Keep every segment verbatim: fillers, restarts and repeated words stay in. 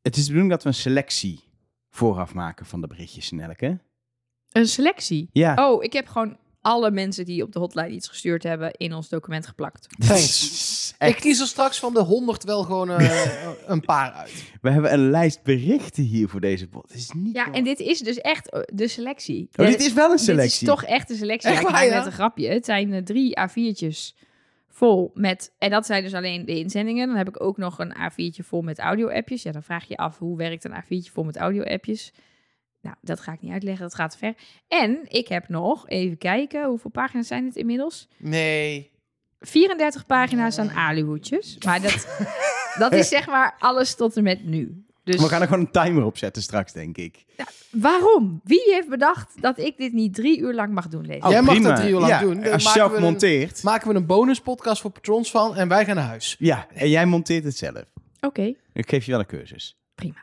Het is de bedoeling dat we een selectie vooraf maken van de berichtjes, Nelleke. Een selectie? Ja. Oh, ik heb gewoon alle mensen die op de hotline iets gestuurd hebben in ons document geplakt. Thanks. Ik kies er straks van de honderd wel gewoon uh, een paar uit. We hebben een lijst berichten hier voor deze pot. Het is niet Ja, door. en dit is dus echt de selectie. Oh, dit is wel een selectie. Dit is toch echt een selectie. Echt Ja, ik waar, maak ja? net een grapje. Het zijn uh, drie A viertjes vol met... En dat zijn dus alleen de inzendingen. Dan heb ik ook nog een A viertje vol met audio-appjes. Ja, dan vraag je af, hoe werkt een A viertje vol met audio-appjes? Nou, dat ga ik niet uitleggen. Dat gaat te ver. En ik heb nog, even kijken, hoeveel pagina's zijn het inmiddels? Nee. vierendertig pagina's aan aluhoedjes. Maar dat, dat is zeg maar alles tot en met nu. Dus We gaan er gewoon een timer op zetten straks, denk ik. waarom? Wie heeft bedacht dat ik dit niet drie uur lang mag doen lezen? Oh, Jij mag prima. dat drie uur lang Ja, doen. Dan als je maken zelf we een- monteert. Maken we een bonuspodcast voor patrons van en wij gaan naar huis. Ja, en jij monteert het zelf. Oké, Ik geef je wel een cursus. prima.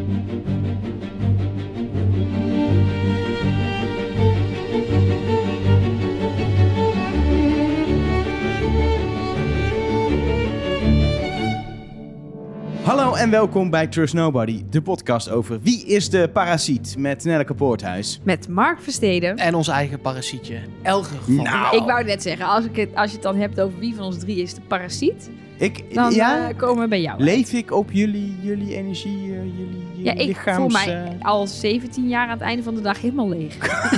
Hallo en welkom bij Trust Nobody, de podcast over Wie is de Parasiet met Nelleke Poorthuis. Met Mark Versteden. En ons eigen parasietje, Elger van Nou. der Waal. Ik wou net zeggen, als, ik het, als je het dan hebt over wie van ons drie is de parasiet, Ik, dan ja, eh, komen we bij jou. leef ik op jullie, jullie energie, uh, jullie uh, Ja, ik lichaams... voel mij uh, al zeventien jaar aan het einde van de dag helemaal leeg.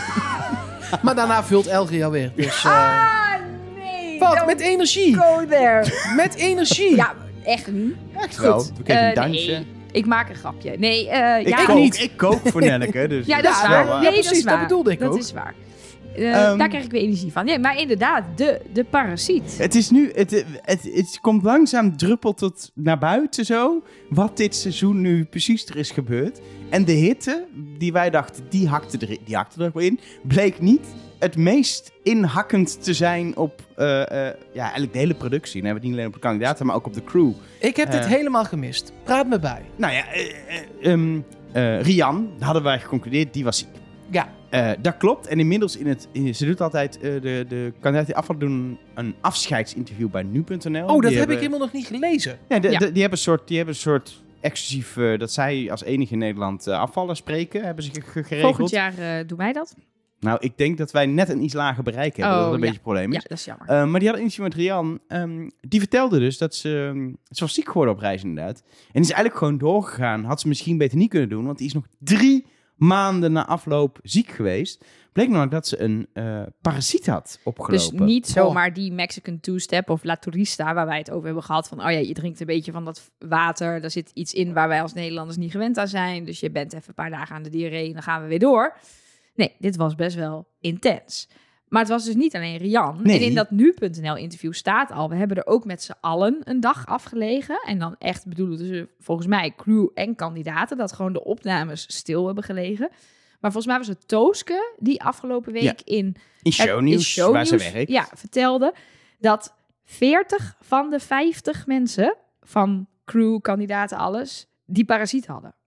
Maar daarna vult Elger jou weer. Dus, uh, Ah, nee. wat? don't Met energie. Go there. Met energie. Ja, echt niet. Echt Goed. wel. Ik geef Eh, een dansje. nee, ik maak een grapje. Nee, eh Ik, ja, kook, niet. ik kook voor Nelleke, dus... Ja, dat is Ja, waar. ja, Nee, precies, dat is dat waar. bedoelde ik dat ook. is waar. Uh, Um, daar krijg ik weer energie van. Nee, maar inderdaad, de, de parasiet. Het is nu, het, het, het, het komt langzaam druppelt tot naar buiten zo, wat dit seizoen nu precies er is gebeurd. En de hitte, die wij dachten, die hakte er, die hakte er wel in, bleek niet het meest inhakkend te zijn op, uh, uh, ja, eigenlijk de hele productie. Dan hebben we het niet alleen op de kandidaten, maar ook op de crew. Ik heb dit Eh. helemaal gemist. Praat me bij. Nou ja, uh, uh, um, uh, Rian, daar hadden wij geconcludeerd, die was ziek. Ja. Uh, dat klopt. En inmiddels, in het, in, ze doet altijd, uh, de, de kandidaten die afvallen doen een afscheidsinterview bij nu punt n l. Oh, dat Die heb hebben- ik helemaal nog niet gelezen. Ja, de, Ja. de- die hebben een soort, die hebben een soort exclusief, uh, dat zij als enige in Nederland uh, afvallen spreken, hebben ze ge- ge- geregeld. Volgend jaar uh, doen wij dat. Nou, ik denk dat wij net een iets lager bereik hebben, Oh, dat dat een ja. beetje het probleem Ja, is. dat is jammer. Uh, maar die hadden een interview met Rian. Um, die vertelde dus dat ze, um, ze was ziek geworden op reis inderdaad. En die is eigenlijk gewoon doorgegaan. Had ze misschien beter niet kunnen doen, want die is nog drie maanden na afloop ziek geweest. Bleek namelijk dat ze een uh, parasiet had opgelopen. Dus niet Oh. zomaar die Mexican two-step of La Turista, waar wij het over hebben gehad. Van, oh ja, je drinkt een beetje van dat water. Daar zit iets in waar wij als Nederlanders niet gewend aan zijn. Dus je bent even een paar dagen aan de diarree en dan gaan we weer door. Nee, dit was best wel intens. Maar het was dus niet alleen Rian. Nee. En in dat nu punt n l interview staat al, we hebben er ook met z'n allen een dag afgelegen. En dan echt bedoelen ze volgens mij crew en kandidaten, dat gewoon de opnames stil hebben gelegen. Maar volgens mij was het Tooske die afgelopen week Ja. in in shownieuws, in waar ze shownieuws, werkt. ja, vertelde dat veertig van de vijftig mensen van crew, kandidaten, alles, die parasiet hadden.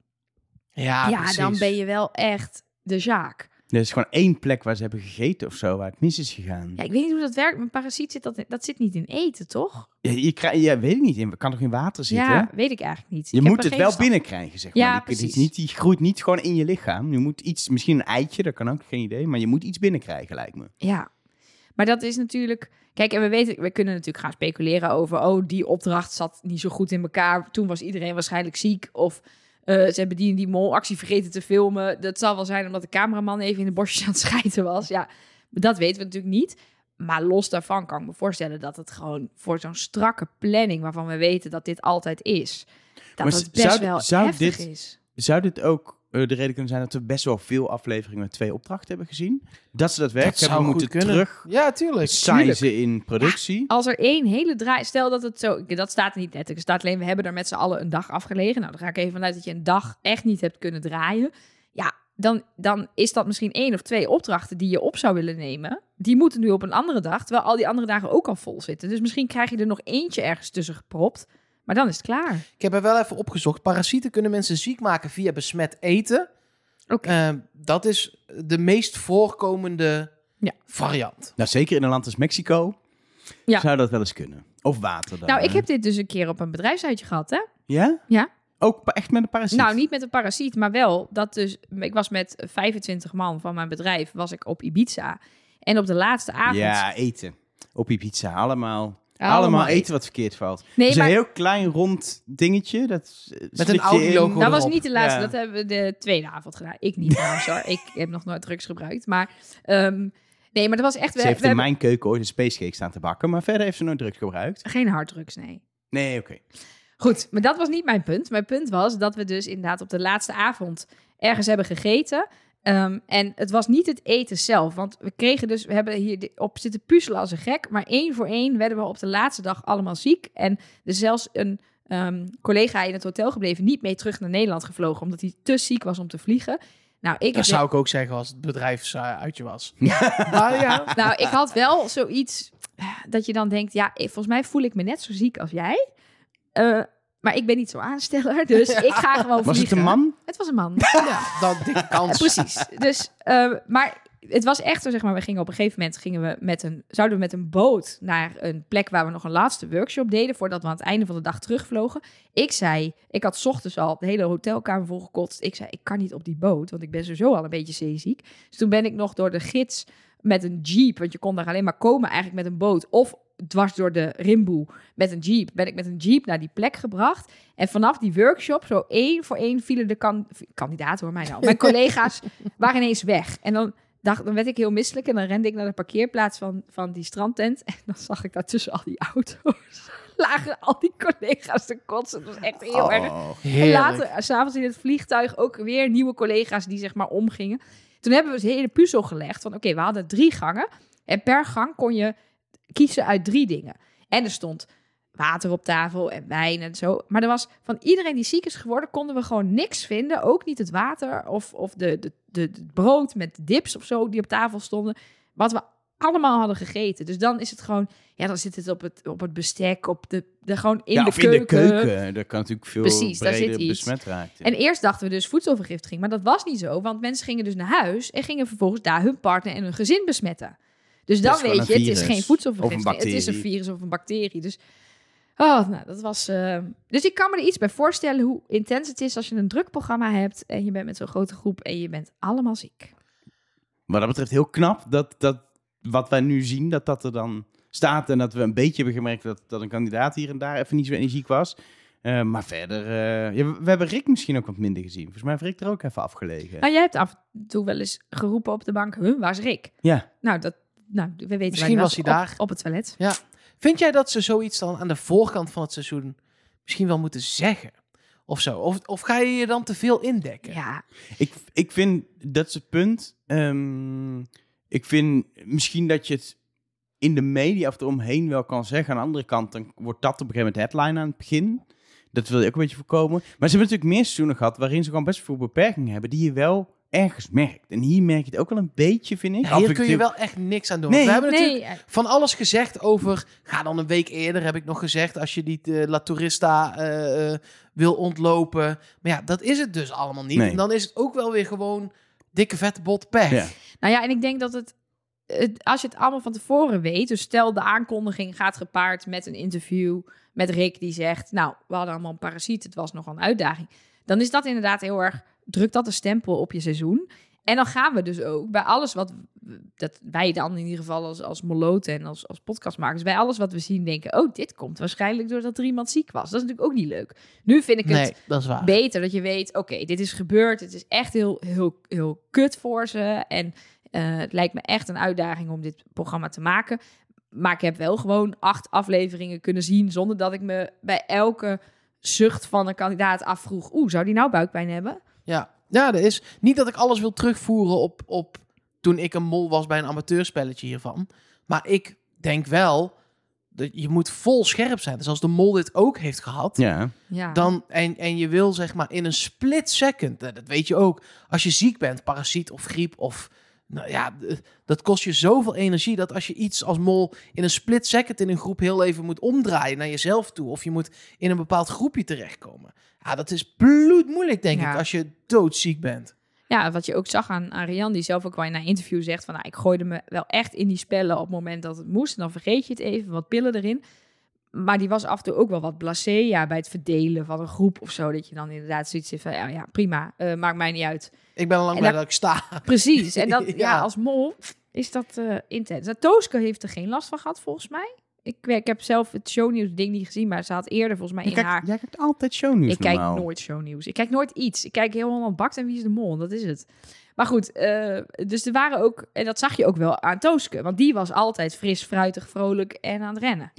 Ja, ja, precies. dan ben je wel echt de zaak. Er is gewoon één plek waar ze hebben gegeten of zo, waar het mis is gegaan. Ja, ik weet niet hoe dat werkt, maar parasiet zit dat, dat zit niet in eten, toch? Ja, je krijgt, ja, weet ik niet, in kan toch in water zitten? Ja, weet ik eigenlijk niet. Je Ik heb moet er het geen wel verstand binnenkrijgen, zeg maar. Ja, die, die, precies. is niet, die groeit niet gewoon in je lichaam. Je moet iets, misschien een eitje, dat kan ook, geen idee. Maar je moet iets binnenkrijgen, lijkt me. Ja, maar dat is natuurlijk... Kijk, en we weten, we kunnen natuurlijk gaan speculeren over... oh, die opdracht zat niet zo goed in elkaar. Toen was iedereen waarschijnlijk ziek. Of uh, ze hebben die en die molactie vergeten te filmen. Dat zal wel zijn omdat de cameraman even in de bosjes aan het schijten was. Ja, dat weten we natuurlijk niet. Maar los daarvan kan ik me voorstellen dat het gewoon... voor zo'n strakke planning waarvan we weten dat dit altijd is... dat Maar het best zou- wel zou heftig dit- is. Zou dit ook uh, de reden kunnen zijn dat we best wel veel afleveringen met twee opdrachten hebben gezien? Dat ze dat werk Dat zou hebben goed moeten kunnen. terug Ja, tuurlijk. sizen in productie. Als er één hele draai... Stel dat het zo... Dat staat er niet letterlijk. Er staat alleen, we hebben er met z'n allen een dag afgelegen. Nou, dan ga ik even vanuit dat je een dag echt niet hebt kunnen draaien. Ja, dan, dan is dat misschien één of twee opdrachten die je op zou willen nemen. Die moeten nu op een andere dag, terwijl al die andere dagen ook al vol zitten. Dus misschien krijg je er nog eentje ergens tussen gepropt. Maar dan is het klaar. Ik heb er wel even opgezocht. Parasieten kunnen mensen ziek maken via besmet eten. Oké. Eh, dat is de meest voorkomende Ja. variant. Nou, zeker in een land als Mexico Ja. zou dat wel eens kunnen. Of water dan. Nou, ik hè? heb dit dus een keer op een bedrijfsuitje gehad, hè? Ja? Ja. Ook pa- echt met een parasiet? Nou, niet met een parasiet, maar wel dat dus... Ik was met vijfentwintig man van mijn bedrijf, was ik op Ibiza. En op de laatste avond... Ja, eten. Op je pizza, allemaal. Allemaal Allemaal eten, eten. wat verkeerd valt. Nee, Het is maar- een heel klein rond dingetje. Dat Met een Audi-logo. Dat was erop. niet de laatste, Ja. dat hebben we de tweede avond gedaan. Ik niet trouwens hoor, ik heb nog nooit drugs gebruikt. Maar um, nee, maar dat was echt... Ze We, heeft we in hebben- mijn keuken ooit een spacecake staan te bakken. Maar verder heeft ze nooit drugs gebruikt. Geen harddrugs, nee. Nee, oké. Goed, maar dat was niet mijn punt. Mijn punt was dat we dus inderdaad op de laatste avond ergens hebben gegeten. Um, en het was niet het eten zelf. Want we kregen dus, we hebben hier op zitten puzzelen als een gek. Maar één voor één werden we op de laatste dag allemaal ziek. En er is zelfs een um, collega in het hotel gebleven, niet mee terug naar Nederland gevlogen. Omdat hij te ziek was om te vliegen. Nou, ik Dat heb zou ik ook zeggen als het bedrijfsuitje was. Maar ja, Nou, ik had wel zoiets dat je dan denkt, ja, volgens mij voel ik me net zo ziek als jij. Uh, maar ik ben niet zo aansteller, dus ik ga gewoon vliegen. Was het een man? Het was een man. ja dan dikke kans. Uh, precies. Dus, uh, maar het was echt zo, zeg maar, we gingen op een gegeven moment, gingen we met een, zouden we met een boot naar een plek waar we nog een laatste workshop deden, voordat we aan het einde van de dag terugvlogen. Ik zei, ik had 's ochtends al de hele hotelkamer volgekotst. Ik zei, ik kan niet op die boot, want ik ben sowieso al een beetje zeeziek. Dus toen ben ik nog door de gids met een jeep, want je kon daar alleen maar komen eigenlijk met een boot, of dwars door de Rimboe met een jeep, ben ik met een jeep naar die plek gebracht. En vanaf die workshop, zo één voor één, vielen de kan- kandidaten, hoor mij nou, mijn collega's waren ineens weg. En dan dacht, dan werd ik heel misselijk en dan rende ik naar de parkeerplaats van, van die strandtent. En dan zag ik daar tussen al die auto's lagen al die collega's te kotsen. Het was echt heel Oh. erg. En Heerlijk. later, s'avonds in het vliegtuig, ook weer nieuwe collega's die zeg maar omgingen. Toen hebben we dus een hele puzzel gelegd van, oké, okay, we hadden drie gangen. En per gang kon je kiezen uit drie dingen. En er stond water op tafel en wijn en zo. Maar er was van iedereen die ziek is geworden, konden we gewoon niks vinden. Ook niet het water of, of de, de, de, het brood met dips of zo die op tafel stonden. Wat we allemaal hadden gegeten. Dus dan is het gewoon, ja, dan zit het op het, op het bestek, op de, de gewoon in ja, de of keuken. in de keuken. Dat kan natuurlijk veel Precies, daar breder zit iets. besmet raken. En eerst dachten we dus voedselvergiftiging, maar dat was niet zo. Want mensen gingen dus naar huis en gingen vervolgens daar hun partner en hun gezin besmetten. Dus dan Het is gewoon weet je, een het is virus geen voedselvergiftiging. of een Het is een bacterie. virus of een bacterie. Dus, oh, nou, dat was... Uh... Dus ik kan me er iets bij voorstellen hoe intens het is als je een druk programma hebt en je bent met zo'n grote groep en je bent allemaal ziek. Wat dat betreft heel knap dat, dat wat wij nu zien, dat dat er dan staat. En dat we een beetje hebben gemerkt dat, dat een kandidaat hier en daar even niet zo energiek was. Uh, maar verder, uh, ja, we, we hebben Rick misschien ook wat minder gezien. Volgens mij heeft Rick er ook even afgelegen. Nou, jij hebt af en toe wel eens geroepen op de bank, huh, waar is Rick? Ja. Nou, dat, nou we weten Misschien wij was hij op, daar. Op het toilet. Ja. Vind jij dat ze zoiets dan aan de voorkant van het seizoen misschien wel moeten zeggen? Of zo? Of, of ga je je dan te veel indekken? Ja. Ik, ik vind, dat is het punt. Um, ik vind misschien dat je het in de media of eromheen wel kan zeggen. Aan de andere kant, dan wordt dat op een gegeven moment headline aan het begin. Dat wil je ook een beetje voorkomen. Maar ze hebben natuurlijk meer seizoenen gehad waarin ze gewoon best veel beperkingen hebben die je wel ergens merkt. En hier merk je het ook wel een beetje, vind ik. Ja, hier kun je wel echt niks aan doen. Nee. We hebben Nee. natuurlijk van alles gezegd over... Ga dan een week eerder, heb ik nog gezegd... als je die uh, La Tourista uh, uh, wil ontlopen. Maar ja, dat is het dus allemaal niet. Nee. En dan is het ook wel weer gewoon dikke vette bot pech. Ja. Nou ja, en ik denk dat het, het... Als je het allemaal van tevoren weet... Dus stel de aankondiging gaat gepaard met een interview... met Rick die zegt... Nou, we hadden allemaal een parasiet. Het was nogal een uitdaging. Dan is dat inderdaad heel erg... Druk dat een stempel op je seizoen. En dan gaan we dus ook bij alles wat... Dat wij dan in ieder geval als, als moloten en als, als podcastmakers... bij alles wat we zien denken... Oh, dit komt waarschijnlijk doordat er iemand ziek was. Dat is natuurlijk ook niet leuk. Nu vind ik het Nee, dat is waar. beter dat je weet... Oké, okay, dit is gebeurd. Het is echt heel, heel, heel kut voor ze. En uh, het lijkt me echt een uitdaging om dit programma te maken. Maar ik heb wel gewoon acht afleveringen kunnen zien... zonder dat ik me bij elke zucht van een kandidaat afvroeg... Oeh, zou die nou buikpijn hebben? Ja, ja, dat is niet dat ik alles wil terugvoeren op, op toen ik een mol was bij een amateurspelletje hiervan. Maar ik denk wel dat je moet vol scherp zijn. Dus als de mol dit ook heeft gehad, Ja. Ja. dan en, en je wil zeg maar in een split second, dat weet je ook, als je ziek bent, parasiet of griep of nou ja, dat kost je zoveel energie dat als je iets als mol in een split second in een groep heel even moet omdraaien naar jezelf toe, of je moet in een bepaald groepje terechtkomen. Ja, dat is bloedmoeilijk, denk Ja. ik, als je doodziek bent. Ja, wat je ook zag aan Ariane, die zelf ook wel in een interview zegt van... Nou, ik gooide me wel echt in die spellen op het moment dat het moest. En dan vergeet je het even, wat pillen erin. maar die was af en toe ook wel wat blasé. Ja, bij het verdelen van een groep of zo. Dat je dan inderdaad zoiets zit van, ja, ja prima, uh, maakt mij niet uit. Ik ben al lang En blij dat- dat ik sta. Precies. En dat, ja. Ja. als mol is dat uh, intens. Nou, Tooske heeft er geen last van gehad, volgens mij. Ik, ik heb zelf het shownieuws ding niet gezien, maar ze had eerder volgens mij Je in kijkt, haar... jij kijkt altijd shownieuws Ik kijk normaal. nooit shownieuws. Ik kijk nooit iets. Ik kijk heel Holland Bakt en Wie is de Mol. Dat is het. Maar goed, uh, dus er waren ook... En dat zag je ook wel aan Tooske. Want die was altijd fris, fruitig, vrolijk en aan het rennen.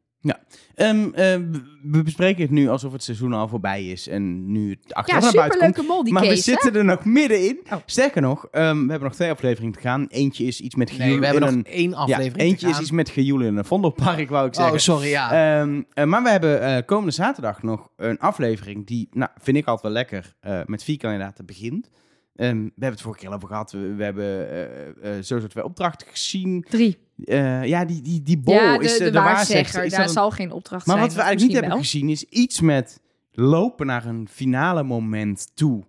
Um, uh, we bespreken het nu alsof het seizoen al voorbij is en nu het Ja, achteraf naar buiten komt. superleuke mol die Maar we Kees, hè? zitten er nog middenin. Oh. Sterker nog, um, we hebben nog twee afleveringen te gaan. Eentje is iets met gejoel Nee, we hebben in nog een... één aflevering Ja, eentje te is iets met gejoel in een vondelpark, wou ik gaan. zeggen. Oh, sorry, ja. Um, uh, maar we hebben uh, komende zaterdag nog een aflevering die, nou, vind ik altijd wel lekker, uh, met vier kandidaten begint. Um, we hebben het vorige keer al over gehad. We, we hebben uh, uh, sowieso twee opdrachten gezien. Drie. Uh, ja, die, die, die bol ja, de, is de, de, de waarzegger. waarzegster. Is Daar dat een- zal geen opdracht Maar zijn. wat we eigenlijk niet Misschien hebben wel. gezien is iets met lopen naar een finale moment toe.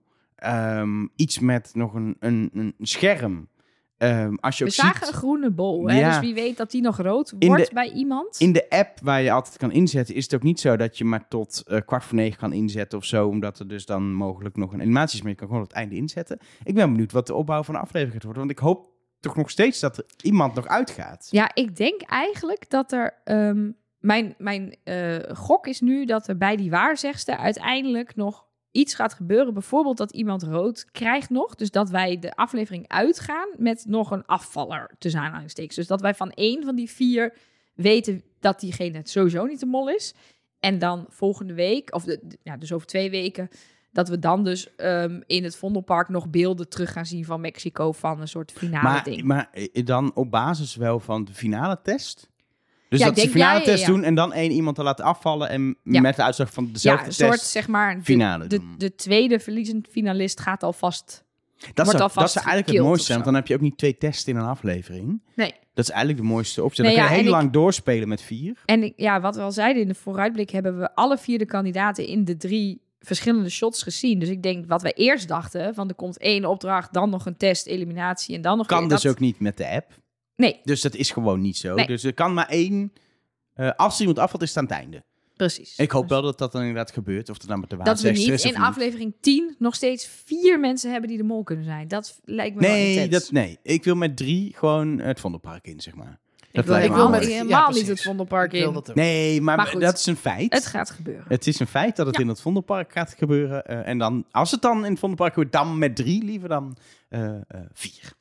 Um, iets met nog een, een, een scherm. Um, als je We ook zagen ziet, een groene bol. Hè? Ja. Dus wie weet dat die nog rood In wordt de- bij iemand. in de app waar je altijd kan inzetten, is het ook niet zo dat je maar tot uh, kwart voor negen kan inzetten of zo. Omdat er dus dan mogelijk nog een animatie is, maar je kan gewoon op het einde inzetten. Ik ben benieuwd wat de opbouw van de aflevering gaat worden. Want ik hoop toch nog steeds dat er iemand nog uitgaat. Ja, ik denk eigenlijk dat er... Um, mijn mijn uh, gok is nu dat er bij die waarzegster uiteindelijk nog iets gaat gebeuren. Bijvoorbeeld dat iemand rood krijgt nog. Dus dat wij de aflevering uitgaan met nog een afvaller tussen aanhalingstekens. Dus dat wij van één van die vier weten dat diegene het sowieso niet de mol is. En dan volgende week, of de, de- ja, dus over twee weken, dat we dan dus um, in het Vondelpark nog beelden terug gaan zien van Mexico van een soort finale Maar, ding. maar eh, dan op basis wel van de finale test? Dus Ja, dat ik ze de denk- finale ja, ja, test ja. doen en dan één iemand te laten afvallen en Ja. met de uitslag van Ja, dezelfde een soort, test zeg maar, de, finale de, doen. de tweede verliezend finalist gaat alvast... Dat wordt zou, alvast dat zou eigenlijk het gekild mooiste of zijn, want zo. dan heb je ook niet twee tests in een aflevering. Nee. Dat is eigenlijk de mooiste optie. Nee, dan ja, kun je heel en ik- lang doorspelen met vier. En ik, ja, wat we al zeiden in de vooruitblik, hebben we alle vier de kandidaten in de drie verschillende shots gezien. Dus ik denk wat we eerst dachten, van er komt één opdracht, dan nog een test, eliminatie en dan nog... Kan weer dus dat... ook niet met de app. Nee, Dus dat is gewoon niet zo. Nee. Dus er kan maar één... Uh, als er iemand afvalt, is het aan het einde. precies. Ik hoop Dus wel dat dat dan inderdaad gebeurt. Of het dan met de dat we waarzegster niet is of in aflevering tien nog steeds vier mensen hebben die de mol kunnen zijn. Dat lijkt me wel Nee, intens. dat, nee, ik wil met drie gewoon het Vondelpark in, zeg maar. Dat wil lijkt me ik wil mooi. met- helemaal, ja, helemaal precies. niet het Vondelpark Ik wil in. dat ook. Nee, maar, Maar goed. dat is een feit. Het gaat gebeuren. Het is een feit dat het Ja. in het Vondelpark gaat gebeuren. Uh, en dan, als het dan in het Vondelpark gebeurt, dan met drie, liever dan uh, uh, vier.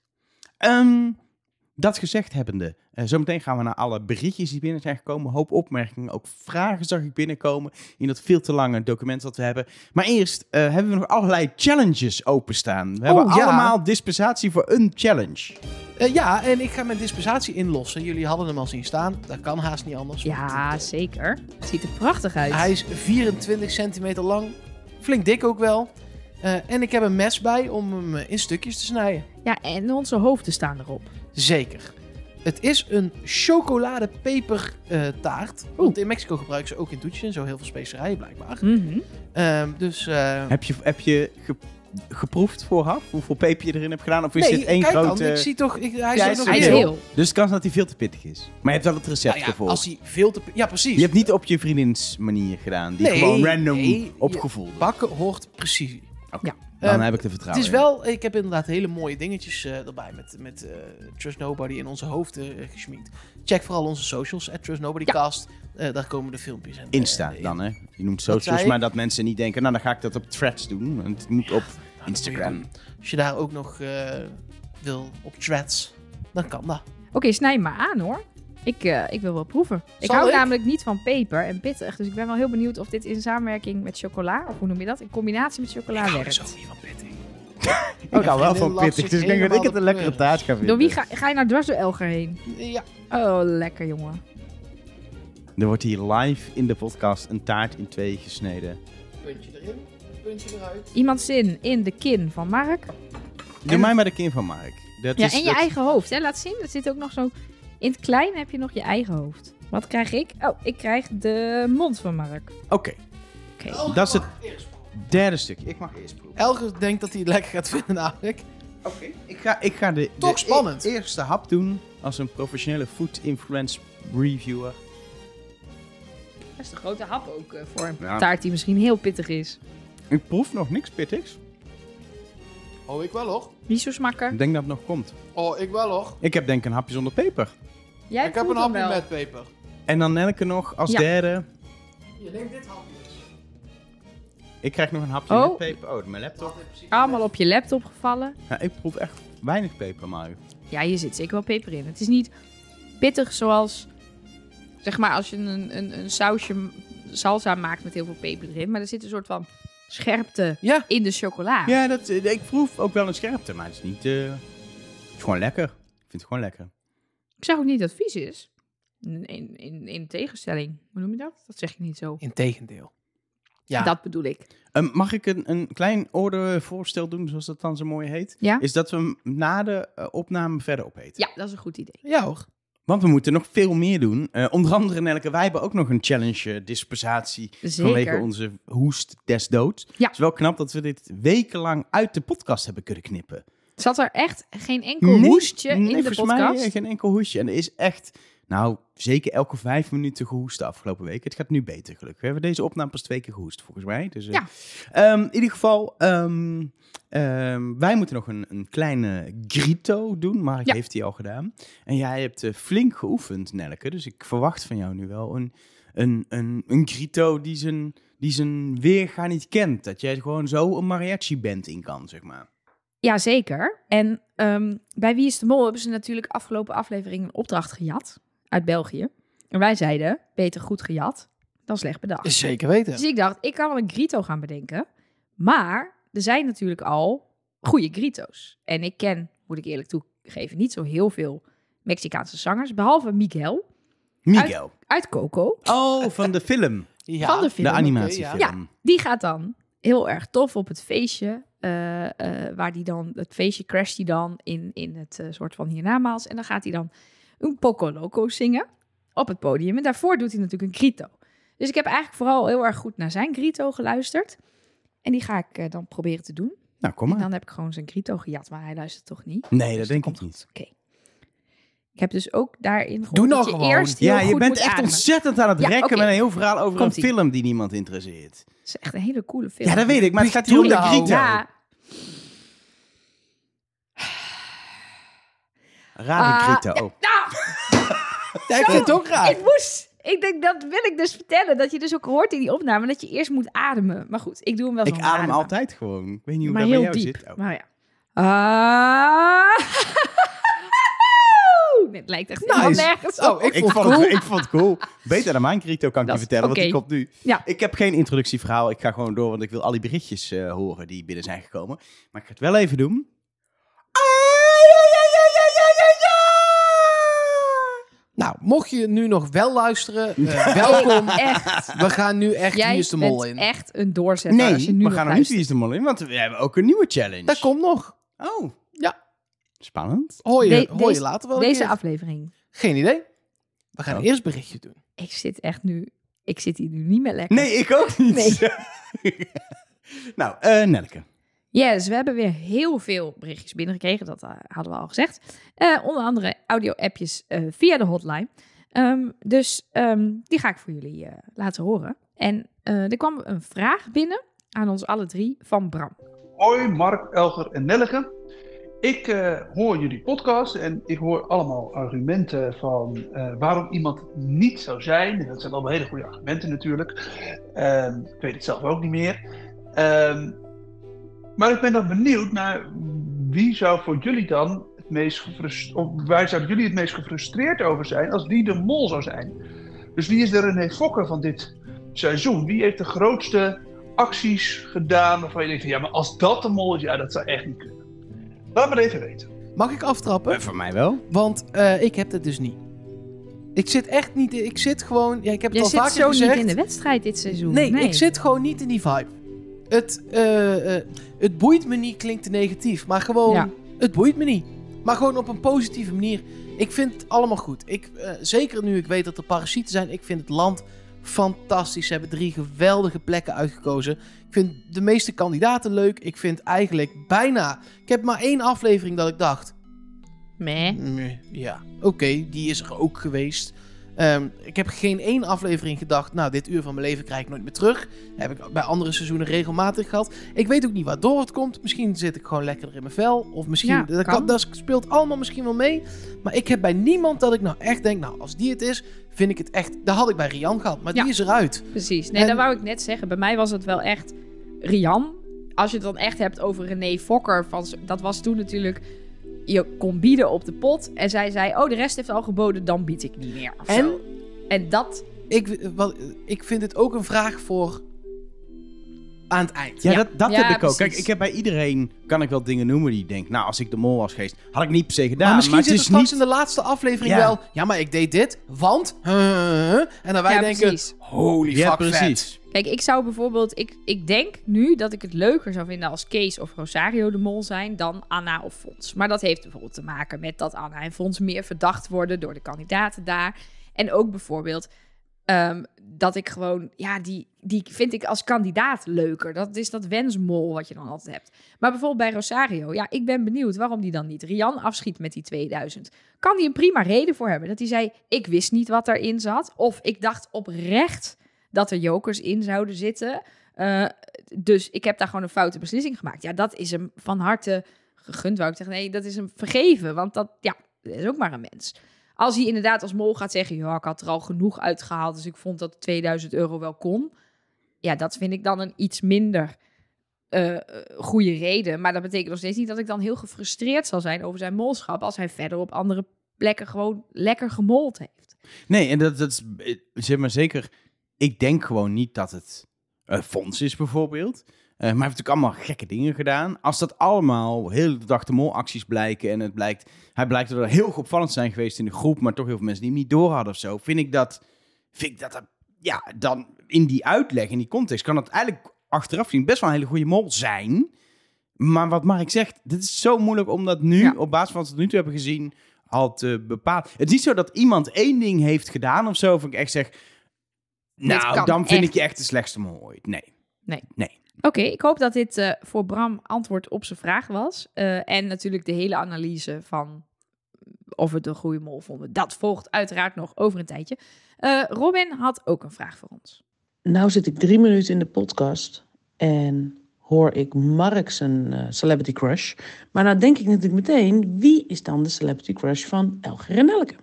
Um, dat gezegd hebbende, uh, zometeen gaan we naar alle berichtjes die binnen zijn gekomen. Een hoop opmerkingen, ook vragen zag ik binnenkomen in dat veel te lange document dat we hebben. Maar eerst uh, hebben we nog allerlei challenges openstaan. We hebben Oh, ja. allemaal dispensatie voor een challenge. Uh, ja, en ik ga mijn dispensatie inlossen. Jullie hadden hem al zien staan. Dat kan haast niet anders. want Ja, het, uh, zeker. Het ziet er prachtig uit. Hij is vierentwintig centimeter lang. Flink dik ook wel. Uh, en ik heb een mes bij om hem uh, in stukjes te snijden. Ja, en onze hoofden staan erop. Zeker. Het is een chocoladepepertaart. Uh, want in Mexico gebruiken ze ook in toetjes en zo heel veel specerijen blijkbaar. Mhm. Uh, dus... Uh, Heb je, heb je ge, geproefd vooraf hoeveel peper je erin hebt gedaan? Of is nee, dit één kijk grote... dan. Ik zie toch... Ik, hij Ja, is hij nog Hij is heel. heel. Dus het kan zijn dat hij veel te pittig is. Maar je hebt wel het recept Nou ja, ervoor. als hij veel te... Ja, precies. Je hebt niet op je vriendins manier gedaan. Die Nee, gewoon random nee, opgevoeld. Bakken hoort precies. Okay. Ja. Dan Um, heb ik de Het vertrouwen is wel... Ik heb inderdaad hele mooie dingetjes uh, erbij met, met uh, Trust Nobody in onze hoofden uh, gesmied. Check vooral onze socials, at Trust Nobody Ja. Cast. Uh, daar komen de filmpjes en... in. uh, Insta in. dan, hè. Je noemt zei socials, ik? maar dat mensen niet denken... Nou, dan ga ik dat op threads doen. Want het moet op Nou, dat moet je Instagram. doen. Als je daar ook nog uh, wil op threads, dan kan dat. Oké, okay, snij maar aan hoor. Ik, uh, ik wil wel proeven. Ik Zal hou ik? namelijk niet van peper en pittig. Dus ik ben wel heel benieuwd of dit in samenwerking met chocola, of hoe noem je dat? In combinatie met chocola Ik hou werkt. zo niet van pittig. Ik hou wel vriendin van lacht pittig. zich Dus ik denk dat ik het helemaal een lekkere de taart ga vinden. Door wie ga, ga je nou dwars door Elger heen? Ja. Oh, lekker jongen. Er wordt hier live in de podcast een taart in twee gesneden. Puntje erin, puntje eruit. Iemand zin in de kin van Mark. Doe mij maar de kin van Mark. Dat Ja, is, en je dat- eigen hoofd. Hè? Laat zien, er zit ook nog zo... In het klein heb je nog je eigen hoofd. Wat krijg ik? Oh, ik krijg de mond van Mark. Oké, okay. Oké. Dat is het derde stukje. Ik mag eerst proeven. Elger denkt dat hij het lekker gaat vinden namelijk. Oké. Okay. Ik ga, ik ga de, Toch de spannend. e- eerste hap doen als een professionele food influence reviewer. Dat is de grote hap ook uh, voor een Ja. taart die misschien heel pittig is. Ik proef nog niks pittigs. Oh, ik wel hoor. Niet zo smakken. Ik denk dat het nog komt. Oh, ik wel hoor. Ik heb denk ik een hapje zonder peper. Jij ik heb voelt een hem hapje wel. met peper. En dan Nelke nog als Ja. derde. Je neemt dit hapje dus. Ik krijg nog een hapje Oh. met peper. Oh, mijn laptop. Allemaal op je laptop gevallen. Ja, ik proef echt weinig peper, maar... Ja, hier zit zeker wel peper in. Het is niet pittig zoals, zeg maar, als je een, een, een sausje salsa maakt met heel veel peper erin. Maar er zit een soort van scherpte Ja. in de chocola. Ja, dat, eh, ik proef ook wel een scherpte, maar het is niet... eh, het is gewoon lekker. Ik vind het gewoon lekker. Ik zeg ook niet dat het vies is. In, in, in, in tegenstelling. Hoe noem je dat? Dat zeg ik niet zo. Integendeel. Ja. Dat bedoel ik. Ehm, mag ik een, een klein ordervoorstel doen, zoals dat dan zo mooi heet? Ja? Is dat we hem na de eh, opname verder opeten. Ja, dat is een goed idee. Ja hoor. Want we moeten nog veel meer doen. Eh, onder andere, Nelke, wij hebben ook nog een challenge eh, dispensatie Zeker. vanwege onze hoest des doods. Ja. Het is wel knap dat we dit wekenlang uit de podcast hebben kunnen knippen. Zat er echt geen enkel hoestje nee, in de volgens podcast? mij eh, geen enkel hoestje. En er is echt, nou, zeker elke vijf minuten gehoest de afgelopen week. Het gaat nu beter, gelukkig. We hebben deze opname pas twee keer gehoest, volgens mij. Dus, eh, Ja. ehm, in ieder geval, ehm, ehm, wij moeten nog een, een kleine grito doen. Mark Ja. heeft die al gedaan. En jij hebt eh, flink geoefend, Nelke. Dus ik verwacht van jou nu wel een, een, een, een grito die zijn, die zijn weerga niet kent. Dat jij gewoon zo een mariachi-band in kan, zeg maar. Ja, zeker. En ehm, bij Wie is de Mol hebben ze natuurlijk afgelopen aflevering een opdracht gejat uit België. En wij zeiden, beter goed gejat dan slecht bedacht. Zeker weten. Dus ik dacht, ik kan wel een grito gaan bedenken. Maar er zijn natuurlijk al goede grito's. En ik ken, moet ik eerlijk toegeven, niet zo heel veel Mexicaanse zangers. Behalve Miguel Miguel. uit Coco. Oh, van de film. Ja. Van de film. De animatiefilm. Ja. Die gaat dan heel erg tof op het feestje. eh, eh, waar die dan, het feestje crasht hij dan in, in het eh, soort van hiernamaals. En dan gaat hij dan een Poco Loco zingen op het podium. En daarvoor doet hij natuurlijk een grito. Dus ik heb eigenlijk vooral heel erg goed naar zijn grito geluisterd. En die ga ik eh, dan proberen te doen. Nou, kom En maar. dan heb ik gewoon zijn grito gejat, maar hij luistert toch niet. Nee, Dus dat denk komt ik niet. goed. Oké. Ik heb dus ook daarin gehoord Doe nou dat je gewoon. eerst heel Ja, je goed bent moet echt ademen. ontzettend aan het Ja, rekken oké. met een heel verhaal over Komt-ie. een film die niemand interesseert. Het is echt een hele coole film. Ja, dat weet ik, maar het gaat hier Doe om de nou. grito. Ja, Rare Ah, grito. Oh. nou, Ja, ik vind het ook raar. ik moest... Ik denk, dat wil ik dus vertellen. Dat je dus ook hoort in die opname dat je eerst moet ademen. Maar goed, ik doe hem wel Ik zo adem ademen. altijd gewoon. Ik weet niet hoe Maar dat bij heel jou diep. zit. Oh. Maar ja. Ah. Dit lijkt echt helemaal Nice. nergens op. Oh, ik Ik vond vond, het het, cool. ik vond het cool. Beter dan mijn grito kan ik Dat je is- vertellen, want die oké. komt nu. Ja. Ik heb geen introductieverhaal. Ik ga gewoon door, want ik wil al die berichtjes eh, horen die binnen zijn gekomen. Maar ik ga het wel even doen. Nou, mocht je nu nog wel luisteren, eh, welkom. Echt. We gaan nu echt Jij Wie is de Mol bent in. echt een doorzetter als je Nee, nu we nog gaan nog niet Wie luistert. is de Mol in, want we hebben ook een nieuwe challenge. Dat komt nog. Oh. Ja. Spannend. Hoor je, De- hoor je deze- later wel een Deze keer. aflevering. Geen idee. We gaan Oh. eerst berichtje doen. Ik zit echt nu... Ik zit hier nu niet meer lekker. Nee, ik ook niet. Nee. nou, eh Nelke. Yes, we hebben weer heel veel berichtjes binnengekregen. Dat eh, hadden we al gezegd. Eh, onder andere audio-appjes eh, via de hotline. Ehm, dus ehm, die ga ik voor jullie eh, laten horen. En eh, er kwam een vraag binnen aan ons alle drie van Bram. Hoi, Mark, Elger en Nelleke. Ik eh, hoor jullie podcast en ik hoor allemaal argumenten van eh, waarom iemand niet zou zijn. En dat zijn allemaal hele goede argumenten natuurlijk. Ehm, ik weet het zelf ook niet meer. Ehm, maar ik ben dan benieuwd naar wie zou voor jullie dan het meest gefrustreerd, of waar zouden jullie het meest gefrustreerd over zijn als die de mol zou zijn? Dus wie is de René Fokker van dit seizoen? Wie heeft de grootste acties gedaan waarvan je denkt van ja, maar als dat de mol is, ja, dat zou echt niet kunnen. Laat me het even weten. Mag ik aftrappen? Eh, voor mij wel. Want eh, ik heb het dus niet. Ik zit echt niet... Ik zit gewoon... Ja, ik heb het Jij al zit vaker zo gezegd. niet in de wedstrijd dit seizoen. Nee, ik zit gewoon niet in die vibe. Het, eh, eh, het boeit me niet, klinkt te negatief. Maar gewoon, Ja. het boeit me niet. Maar gewoon op een positieve manier. Ik vind het allemaal goed. Ik, eh, zeker nu ik weet dat er parasieten zijn. Ik vind het land fantastisch. Ze hebben drie geweldige plekken uitgekozen. Ik vind de meeste kandidaten leuk. Ik vind eigenlijk bijna... Ik heb maar één aflevering dat ik dacht... Meh. "Meh, ja, oké, die is er ook geweest. Um, ik heb geen één aflevering gedacht, nou, dit uur van mijn leven krijg ik nooit meer terug. Heb ik bij andere seizoenen regelmatig gehad. Ik weet ook niet waardoor het komt. Misschien zit ik gewoon lekkerder in mijn vel. Of misschien, Ja, dat, kan. kan, dat speelt allemaal misschien wel mee. Maar ik heb bij niemand dat ik nou echt denk, nou, als die het is, vind ik het echt... Dat had ik bij Rian gehad, maar Ja. die is eruit. Precies. Nee, En- dat wou ik net zeggen. Bij mij was het wel echt Rian. Als je het dan echt hebt over René Fokker. Van, dat was toen natuurlijk... Je kon bieden op de pot. En zij zei, oh, de rest heeft al geboden, dan bied ik niet meer. Of En? zo. En dat... Ik, wat, ik vind het ook een vraag voor aan het eind. Ja, Ja. dat, dat Ja, heb ik ook. precies. Kijk, ik heb bij iedereen, kan ik wel dingen noemen die ik denk, nou, als ik de mol was geweest, had ik niet per se gedaan. maar misschien maar zit het er is straks niet... in de laatste aflevering Ja. wel... Ja, maar ik deed dit, want... En dan wij Ja, denken... precies. Holy Ja, fuck, precies. vet. Kijk, ik zou bijvoorbeeld... Ik, ik denk nu dat ik het leuker zou vinden als Kees of Rosario de mol zijn dan Anna of Fons. Maar dat heeft bijvoorbeeld te maken met dat Anna en Fons meer verdacht worden door de kandidaten daar. En ook bijvoorbeeld um, dat ik gewoon... Ja, die, die vind ik als kandidaat leuker. Dat is dat wensmol wat je dan altijd hebt. Maar bijvoorbeeld bij Rosario... Ja, ik ben benieuwd waarom die dan niet Rian afschiet met die tweeduizend. Kan die een prima reden voor hebben? Dat hij zei, ik wist niet wat erin zat. Of ik dacht oprecht... dat er jokers in zouden zitten. Uh, dus ik heb daar gewoon een foute beslissing gemaakt. Ja, dat is hem van harte gegund, wou ik zeggen. Nee, dat is hem vergeven, want dat, ja, dat is ook maar een mens. Als hij inderdaad als mol gaat zeggen... ja, ik had er al genoeg uitgehaald... dus ik vond dat tweeduizend euro wel kon. Ja, dat vind ik dan een iets minder uh, goede reden. Maar dat betekent nog steeds niet dat ik dan heel gefrustreerd zal zijn... over zijn molschap... als hij verder op andere plekken gewoon lekker gemold heeft. Nee, en dat, dat is, eh, zeg maar zeker... Ik denk gewoon niet dat het uh, Fons is bijvoorbeeld. Uh, maar hij heeft natuurlijk allemaal gekke dingen gedaan. Als dat allemaal heel de dag de molacties blijken... en het blijkt, hij blijkt er heel goed opvallend zijn geweest in de groep... maar toch heel veel mensen die hem niet door hadden of zo... vind ik dat, vind ik dat, dat ja, dan in die uitleg, in die context... kan het eigenlijk achteraf zien best wel een hele goede mol zijn. Maar wat Mark zegt, dit is zo moeilijk om dat nu... Ja. op basis van wat we tot nu toe hebben gezien... al te bepalen. Het is niet zo dat iemand één ding heeft gedaan of zo... of ik echt zeg... Nou, kan dan vind echt. ik je echt de slechtste mol ooit. Nee. Nee. Nee. Oké, okay, ik hoop dat dit uh, voor Bram antwoord op zijn vraag was. Uh, en natuurlijk de hele analyse van of we het een goede mol vonden. Dat volgt uiteraard nog over een tijdje. Uh, Robin had ook een vraag voor ons. Nou zit ik drie minuten in de podcast en hoor ik Mark zijn uh, celebrity crush. Maar nou denk ik natuurlijk meteen, wie is dan de celebrity crush van Elger en Elke?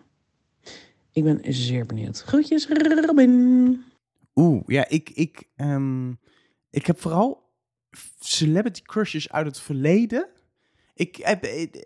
Ik ben zeer benieuwd. Groetjes, Robin. Oeh, ja, ik, ik, um, ik heb vooral celebrity crushes uit het verleden. Ik, heb,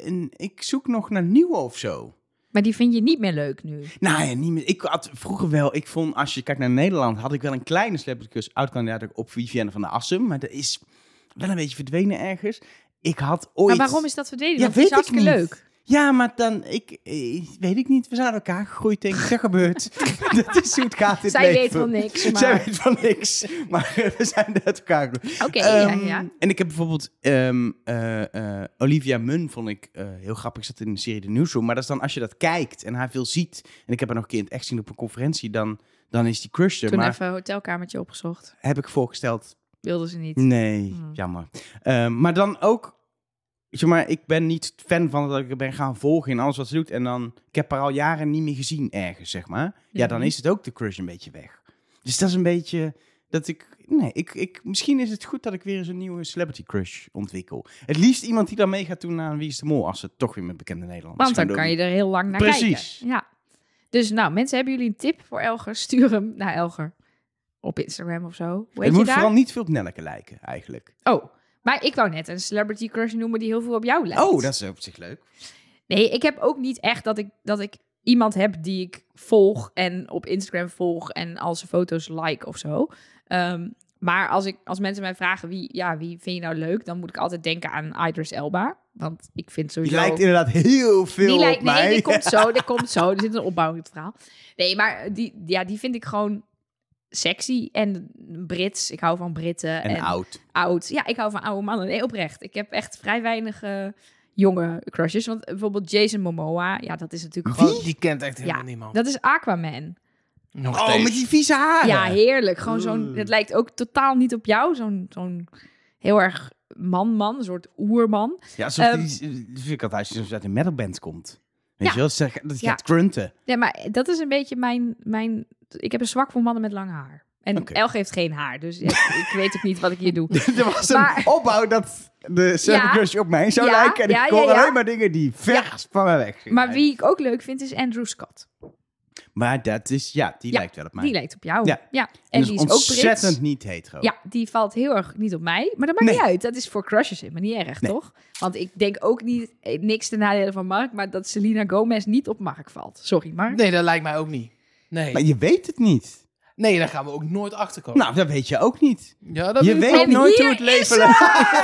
ik zoek nog naar nieuwe of zo. Maar die vind je niet meer leuk nu? Nou ja, niet meer. Ik had vroeger wel, ik vond, als je kijkt naar Nederland, had ik wel een kleine celebrity crush uitkandidaat op Vivienne van der Assem. Maar dat is wel een beetje verdwenen ergens. Ik had ooit... Maar waarom is dat verdwenen? Ja, Want het is weet ik hartstikke niet. leuk. Ja, maar dan, ik, ik weet ik niet, we zijn uit elkaar gegroeid, denk ik. Dat gebeurt. Dat is hoe het gaat in het Zij leven. weet van niks, maar... Zij weet van niks, maar we zijn uit elkaar gegroeid. Oké, okay, um, ja, ja. En ik heb bijvoorbeeld um, uh, uh, Olivia Munn, vond ik uh, heel grappig. Ik zat in de serie The Newsroom, maar dat is dan als je dat kijkt en haar veel ziet. En ik heb haar nog een keer in het echt zien op een conferentie, dan, dan is die crush er. Toen maar even een hotelkamertje opgezocht. heb ik voorgesteld. Wilden ze niet. Nee, Hmm. jammer. Um, maar dan ook... Zeg maar, ik ben niet fan van dat ik er ben gaan volgen in alles wat ze doet. En dan, ik heb haar al jaren niet meer gezien ergens, zeg maar. Ja, dan is het ook de crush een beetje weg. Dus dat is een beetje dat ik... Nee, ik, ik, misschien is het goed dat ik weer eens een nieuwe celebrity crush ontwikkel. Het liefst iemand die dan mee gaat doen aan Wie is de Mol, als ze toch weer met bekende Nederlanders Want dan gaan kan doen. je er heel lang naar Precies. kijken. Ja. Dus nou, mensen, hebben jullie een tip voor Elger? Stuur hem naar Elger. Op Instagram of zo. Hoe heet Het je moet daar? vooral niet veel op Nelleke lijken, eigenlijk. Oh, maar ik wou net een celebrity crush noemen die heel veel op jou lijkt. Oh, dat is op zich leuk. Nee, ik heb ook niet echt dat ik, dat ik iemand heb die ik volg en op Instagram volg en al zijn foto's like of zo. Um, maar als, ik, als mensen mij vragen wie, ja, wie vind je nou leuk, dan moet ik altijd denken aan Idris Elba. Want ik vind Die sowieso... lijkt inderdaad heel veel die op lijkt, mij. Nee, die komt zo, die komt zo. Er zit een opbouw in het verhaal. Nee, maar die, ja, die vind ik gewoon sexy en Brits. Ik hou van Britten. En, en oud. Oud. Ja, ik hou van oude mannen. Nee, oprecht. Ik heb echt vrij weinig uh, jonge crushes. Want bijvoorbeeld Jason Momoa, ja, dat is natuurlijk Wie? gewoon... Die kent echt helemaal Ja, niemand. dat is Aquaman. Nog Oh, steeds. met die vieze haren. Ja, heerlijk. Gewoon zo'n... Oeh. Het lijkt ook totaal niet op jou. Zo'n zo'n heel erg man-man. Een soort oerman. Ja, alsof Um, die, die vind ik altijd als je uit een metalband komt. Weet Ja. je wel? Dat gaat- dat Ja. gaat grunten. Ja, maar dat is een beetje mijn, mijn... Ik heb een zwak voor mannen met lang haar. En Oké. Elge heeft geen haar, dus ik, ik weet ook niet wat ik hier doe. Er was een Maar- opbouw dat de Celebrity Ja. Crush op mij zou Ja, lijken. En ja, ik ja, hoor ja. alleen maar dingen die ver van me weg zijn. Maar wie ik ook leuk vind, is Andrew Scott. Maar dat is, ja, die Ja, lijkt wel op mij. Die lijkt op jou. Ja. Ja. En En dus die is ook ontzettend Brits. niet hetero. Ja, die valt heel erg niet op mij. Maar dat maakt Nee. niet uit. Dat is voor crushes helemaal niet erg, Nee. toch? Want ik denk ook niet, eh, niks ten nadele van Mark, maar dat Selena Gomez niet op Mark valt. Sorry, Mark. Nee, dat lijkt mij ook niet. Nee, Maar je weet het niet. nee daar gaan we ook nooit achter komen. Nou, dat weet je ook niet. ja, dat Je weet ik weet wel. En nooit hier hoe het is leven...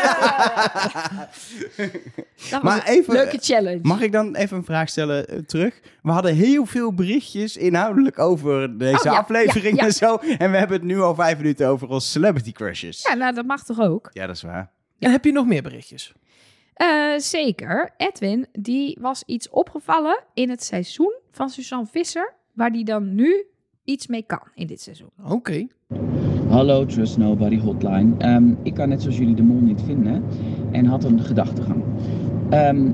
Dat was Maar een even- leuke challenge. Mag ik dan even een vraag stellen eh, terug? We hadden heel veel berichtjes inhoudelijk over deze Oh, ja, aflevering ja, ja. en zo. En we hebben het nu al vijf minuten over onze celebrity crushes. Ja, nou, dat mag toch ook? Ja, dat is waar. En heb je nog meer berichtjes? Eh, zeker. Edwin, die was iets opgevallen in het seizoen van Suzanne Visser, waar die dan nu iets mee kan in dit seizoen. Oké. Hallo Trust Nobody Hotline. Ehm, ik kan net zoals jullie de mol niet vinden en had een gedachtegang. Ehm,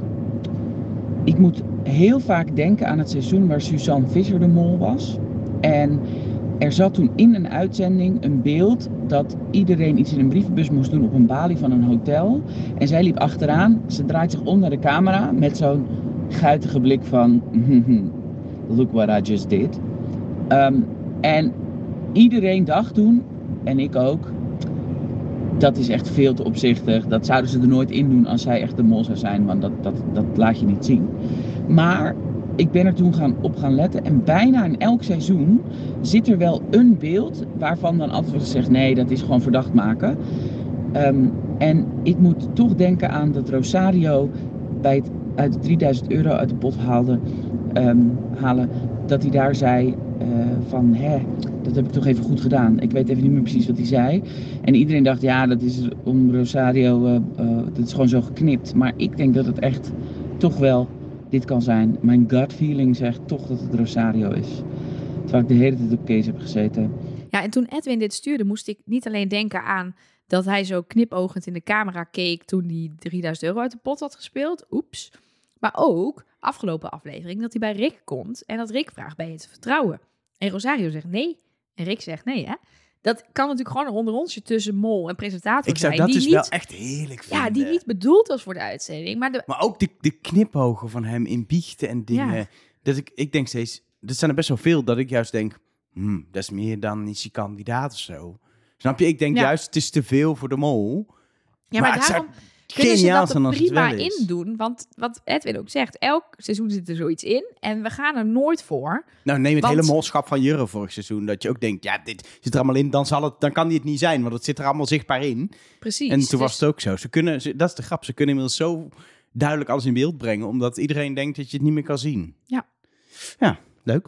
ik moet heel vaak denken aan het seizoen waar Suzanne Visser de mol was. En er zat toen in een uitzending een beeld dat iedereen iets in een brievenbus moest doen op een balie van een hotel. En zij liep achteraan, ze draait zich om naar de camera met zo'n guitige blik van look what I just did. Ehm, en iedereen dacht toen, en ik ook, dat is echt veel te opzichtig. Dat zouden ze er nooit in doen als zij echt de mol zou zijn, want dat, dat, dat laat je niet zien. Maar ik ben er toen gaan, op gaan letten en bijna in elk seizoen zit er wel een beeld waarvan dan altijd wordt gezegd, nee, dat is gewoon verdacht maken. Um, en ik moet toch denken aan dat Rosario bij het uit de drieduizend euro uit de pot haalde, um, halen, dat hij daar zei uh, van, hè, dat heb ik toch even goed gedaan. Ik weet even niet meer precies wat hij zei. En iedereen dacht, ja, dat is om Rosario, uh, uh, dat is gewoon zo geknipt. Maar ik denk dat het echt toch wel dit kan zijn. Mijn gut feeling zegt toch dat het Rosario is. Terwijl ik de hele tijd op Kees heb gezeten. Ja, en toen Edwin dit stuurde, moest ik niet alleen denken aan dat hij zo knipoogend in de camera keek toen hij drieduizend euro uit de pot had gespeeld. Oeps. Maar ook, afgelopen aflevering, dat hij bij Rick komt en dat Rick vraagt, ben je te vertrouwen? En Rosario zegt nee. En Rick zegt nee, hè? Dat kan natuurlijk gewoon een onderonsje tussen mol en presentator Ik zou zijn. dat die dus niet, wel echt heerlijk vinden. Ja, die niet bedoeld was voor de uitzending. Maar de, Maar ook de, de knipogen van hem in biechten en dingen. Ja. Dat ik, ik denk steeds, er zijn er best wel veel dat ik juist denk, hmm, dat is meer dan is die kandidaat of zo. Snap je? Ik denk Ja. juist, het is te veel voor de mol. ja, maar, het zou daarom kunnen ze geniaal dat zijn er als het prima wel is. in doen. Want wat Edwin ook zegt, elk seizoen zit er zoiets in. En we gaan er nooit voor. Nou, neem het Want- hele molschap van Jurre vorig seizoen. Dat je ook denkt, ja, dit zit er allemaal in. Dan, zal het, dan kan die het niet zijn, want het zit er allemaal zichtbaar in. Precies. En toen Dus- was het ook zo. Ze kunnen, ze, dat is de grap. Ze kunnen inmiddels zo duidelijk alles in beeld brengen. Omdat iedereen denkt dat je het niet meer kan zien. Ja. Ja, leuk.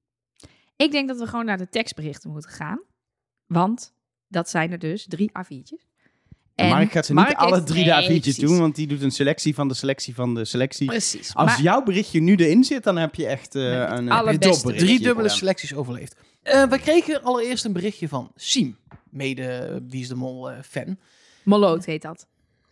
Ik denk dat we gewoon naar de tekstberichten moeten gaan. Want dat zijn er dus drie A viertjes. En Mark gaat ze niet Mark alle heeft- drie nee, de A viertjes precies. doen. Want die doet een selectie van de selectie van de selectie. Precies. Als maar jouw berichtje nu erin zit, dan heb je echt uh, Nee, het een allerbeste. topberichtje Drie dubbele gedaan. selecties overleefd. Uh, we kregen allereerst een berichtje van Siem. Mede uh, Wie is de Mol uh, fan. Molloot heet dat.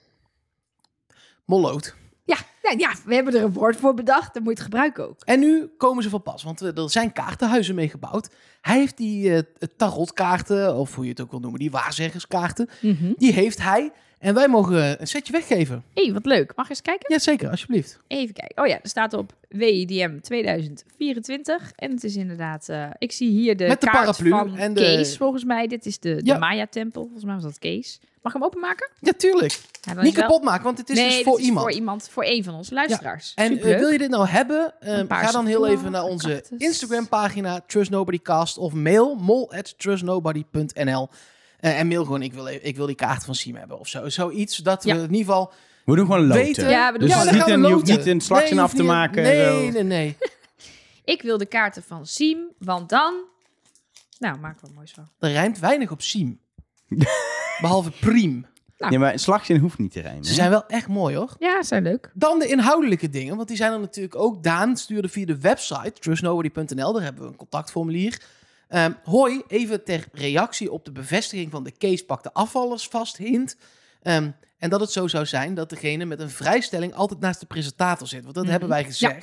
Molloot. Ja, nou, ja, we hebben er een woord voor bedacht. Dan moet je het gebruiken ook. En nu komen ze van pas, want uh, er zijn kaartenhuizen mee gebouwd. Hij heeft die uh, tarotkaarten, of hoe je het ook wil noemen, die waarzeggerskaarten. Mhm. Die heeft hij. En wij mogen een setje weggeven. Hé, hey, wat leuk. Mag je eens kijken? Ja, zeker, alsjeblieft. Even kijken. Oh ja, er staat op W I D M tweeduizend vierentwintig. En het is inderdaad... Uh, ik zie hier de Met de kaart paraplu van en de- Kees, volgens mij. Dit is de, de Ja. Maya-tempel. Volgens mij was dat Kees. Mag ik hem openmaken? Ja, tuurlijk. Ja, dan Niet is wel- kapot maken, want het is nee, dus dit voor is iemand. voor iemand. Voor een van onze luisteraars. En uh, Superleuk. wil je dit nou hebben? Uh, Een paarse ga dan heel vlag, even naar onze cactus. Instagram-pagina Trust Nobody Cast of mail mol at trust nobody punt n l uh, en mail gewoon, ik wil, even- ik wil die kaart van Siem hebben of zo. Zoiets dat Ja. we in ieder geval We doen gewoon loten. weten. Ja, we doen Dus gewoon het is dan niet gaan een, we je hoeft loten. niet een slagje Nee, je af hoeft te niet- maken. Nee, zo. nee, nee. Ik wil de kaarten van Siem, want dan... Nou, maken we er moois van. Er rijmt weinig op Siem. Behalve priem. Ja, maar een slagje hoeft niet te rijmen. Ze zijn wel echt mooi, hoor. Ja, ze zijn leuk. Dan de inhoudelijke dingen, want die zijn er natuurlijk ook. Daan stuurde via de website trust nobody punt n l, daar hebben we een contactformulier. Um, hoi, even ter reactie op de bevestiging van de Kees pakt de afvallers vast hint. Um, en dat het zo zou zijn dat degene met een vrijstelling altijd naast de presentator zit. Want dat Mhm. hebben wij gezegd.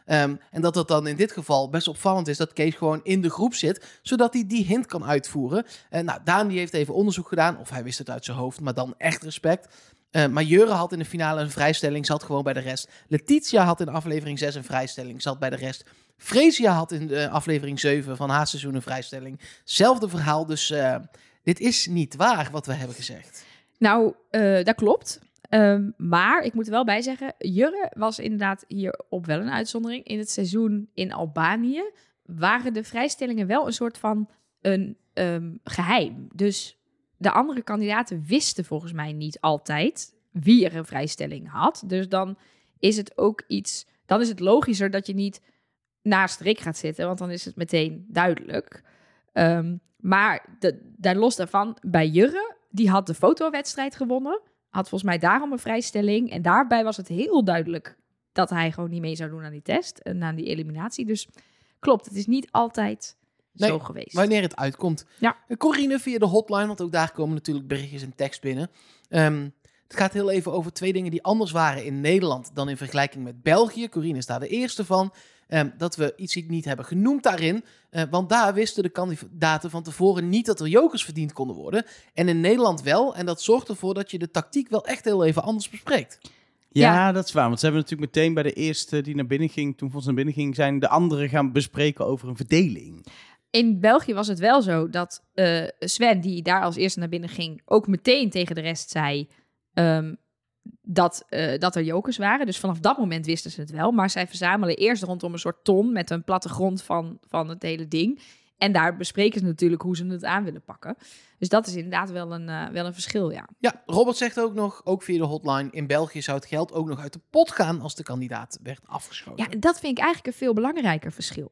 Um, en dat het dan in dit geval best opvallend is dat Kees gewoon in de groep zit, zodat hij die hint kan uitvoeren. En nou, Daan die heeft even onderzoek gedaan, of hij wist het uit zijn hoofd, maar dan echt respect. Uh, maar Jurre had in de finale een vrijstelling, zat gewoon bij de rest. Letitia had in aflevering zes een vrijstelling, zat bij de rest. Freesia had in de aflevering zeven van haar seizoen een vrijstelling. Zelfde verhaal, dus uh, dit is niet waar wat we hebben gezegd. Nou, uh, dat klopt. Um, maar ik moet er wel bij zeggen, Jurre was inderdaad hierop wel een uitzondering. In het seizoen in Albanië waren de vrijstellingen wel een soort van een um, geheim. Dus de andere kandidaten wisten volgens mij niet altijd wie er een vrijstelling had. Dus dan is het ook iets, dan is het logischer dat je niet naast Rick gaat zitten, want dan is het meteen duidelijk. Um, maar de, daar los daarvan, bij Jurre, die had de fotowedstrijd gewonnen. Had volgens mij daarom een vrijstelling. En daarbij was het heel duidelijk dat hij gewoon niet mee zou doen aan die test. En aan die eliminatie. Dus klopt, het is niet altijd nee, zo geweest. Wanneer het uitkomt. Ja. Corine via de hotline, want ook daar komen natuurlijk berichtjes en tekst binnen. Um, het gaat heel even over twee dingen die anders waren in Nederland dan in vergelijking met België. Corine is daar de eerste van. Um, dat we iets niet hebben genoemd daarin. Uh, want daar wisten de kandidaten van tevoren niet dat er jokers verdiend konden worden. En in Nederland wel. En dat zorgt ervoor dat je de tactiek wel echt heel even anders bespreekt. Ja, Ja. dat is waar. Want ze hebben natuurlijk meteen bij de eerste die naar binnen ging, toen Fons naar binnen ging, zijn de anderen gaan bespreken over een verdeling. In België was het wel zo dat uh, Sven, die daar als eerste naar binnen ging, ook meteen tegen de rest zei um, dat, uh, dat er jokers waren. Dus vanaf dat moment wisten ze het wel. Maar zij verzamelen eerst rondom een soort ton met een plattegrond van, van het hele ding. En daar bespreken ze natuurlijk hoe ze het aan willen pakken. Dus dat is inderdaad wel een, uh, wel een verschil, ja. Ja, Robert zegt ook nog, ook via de hotline, in België zou het geld ook nog uit de pot gaan als de kandidaat werd afgeschoten. Ja, en dat vind ik eigenlijk een veel belangrijker verschil.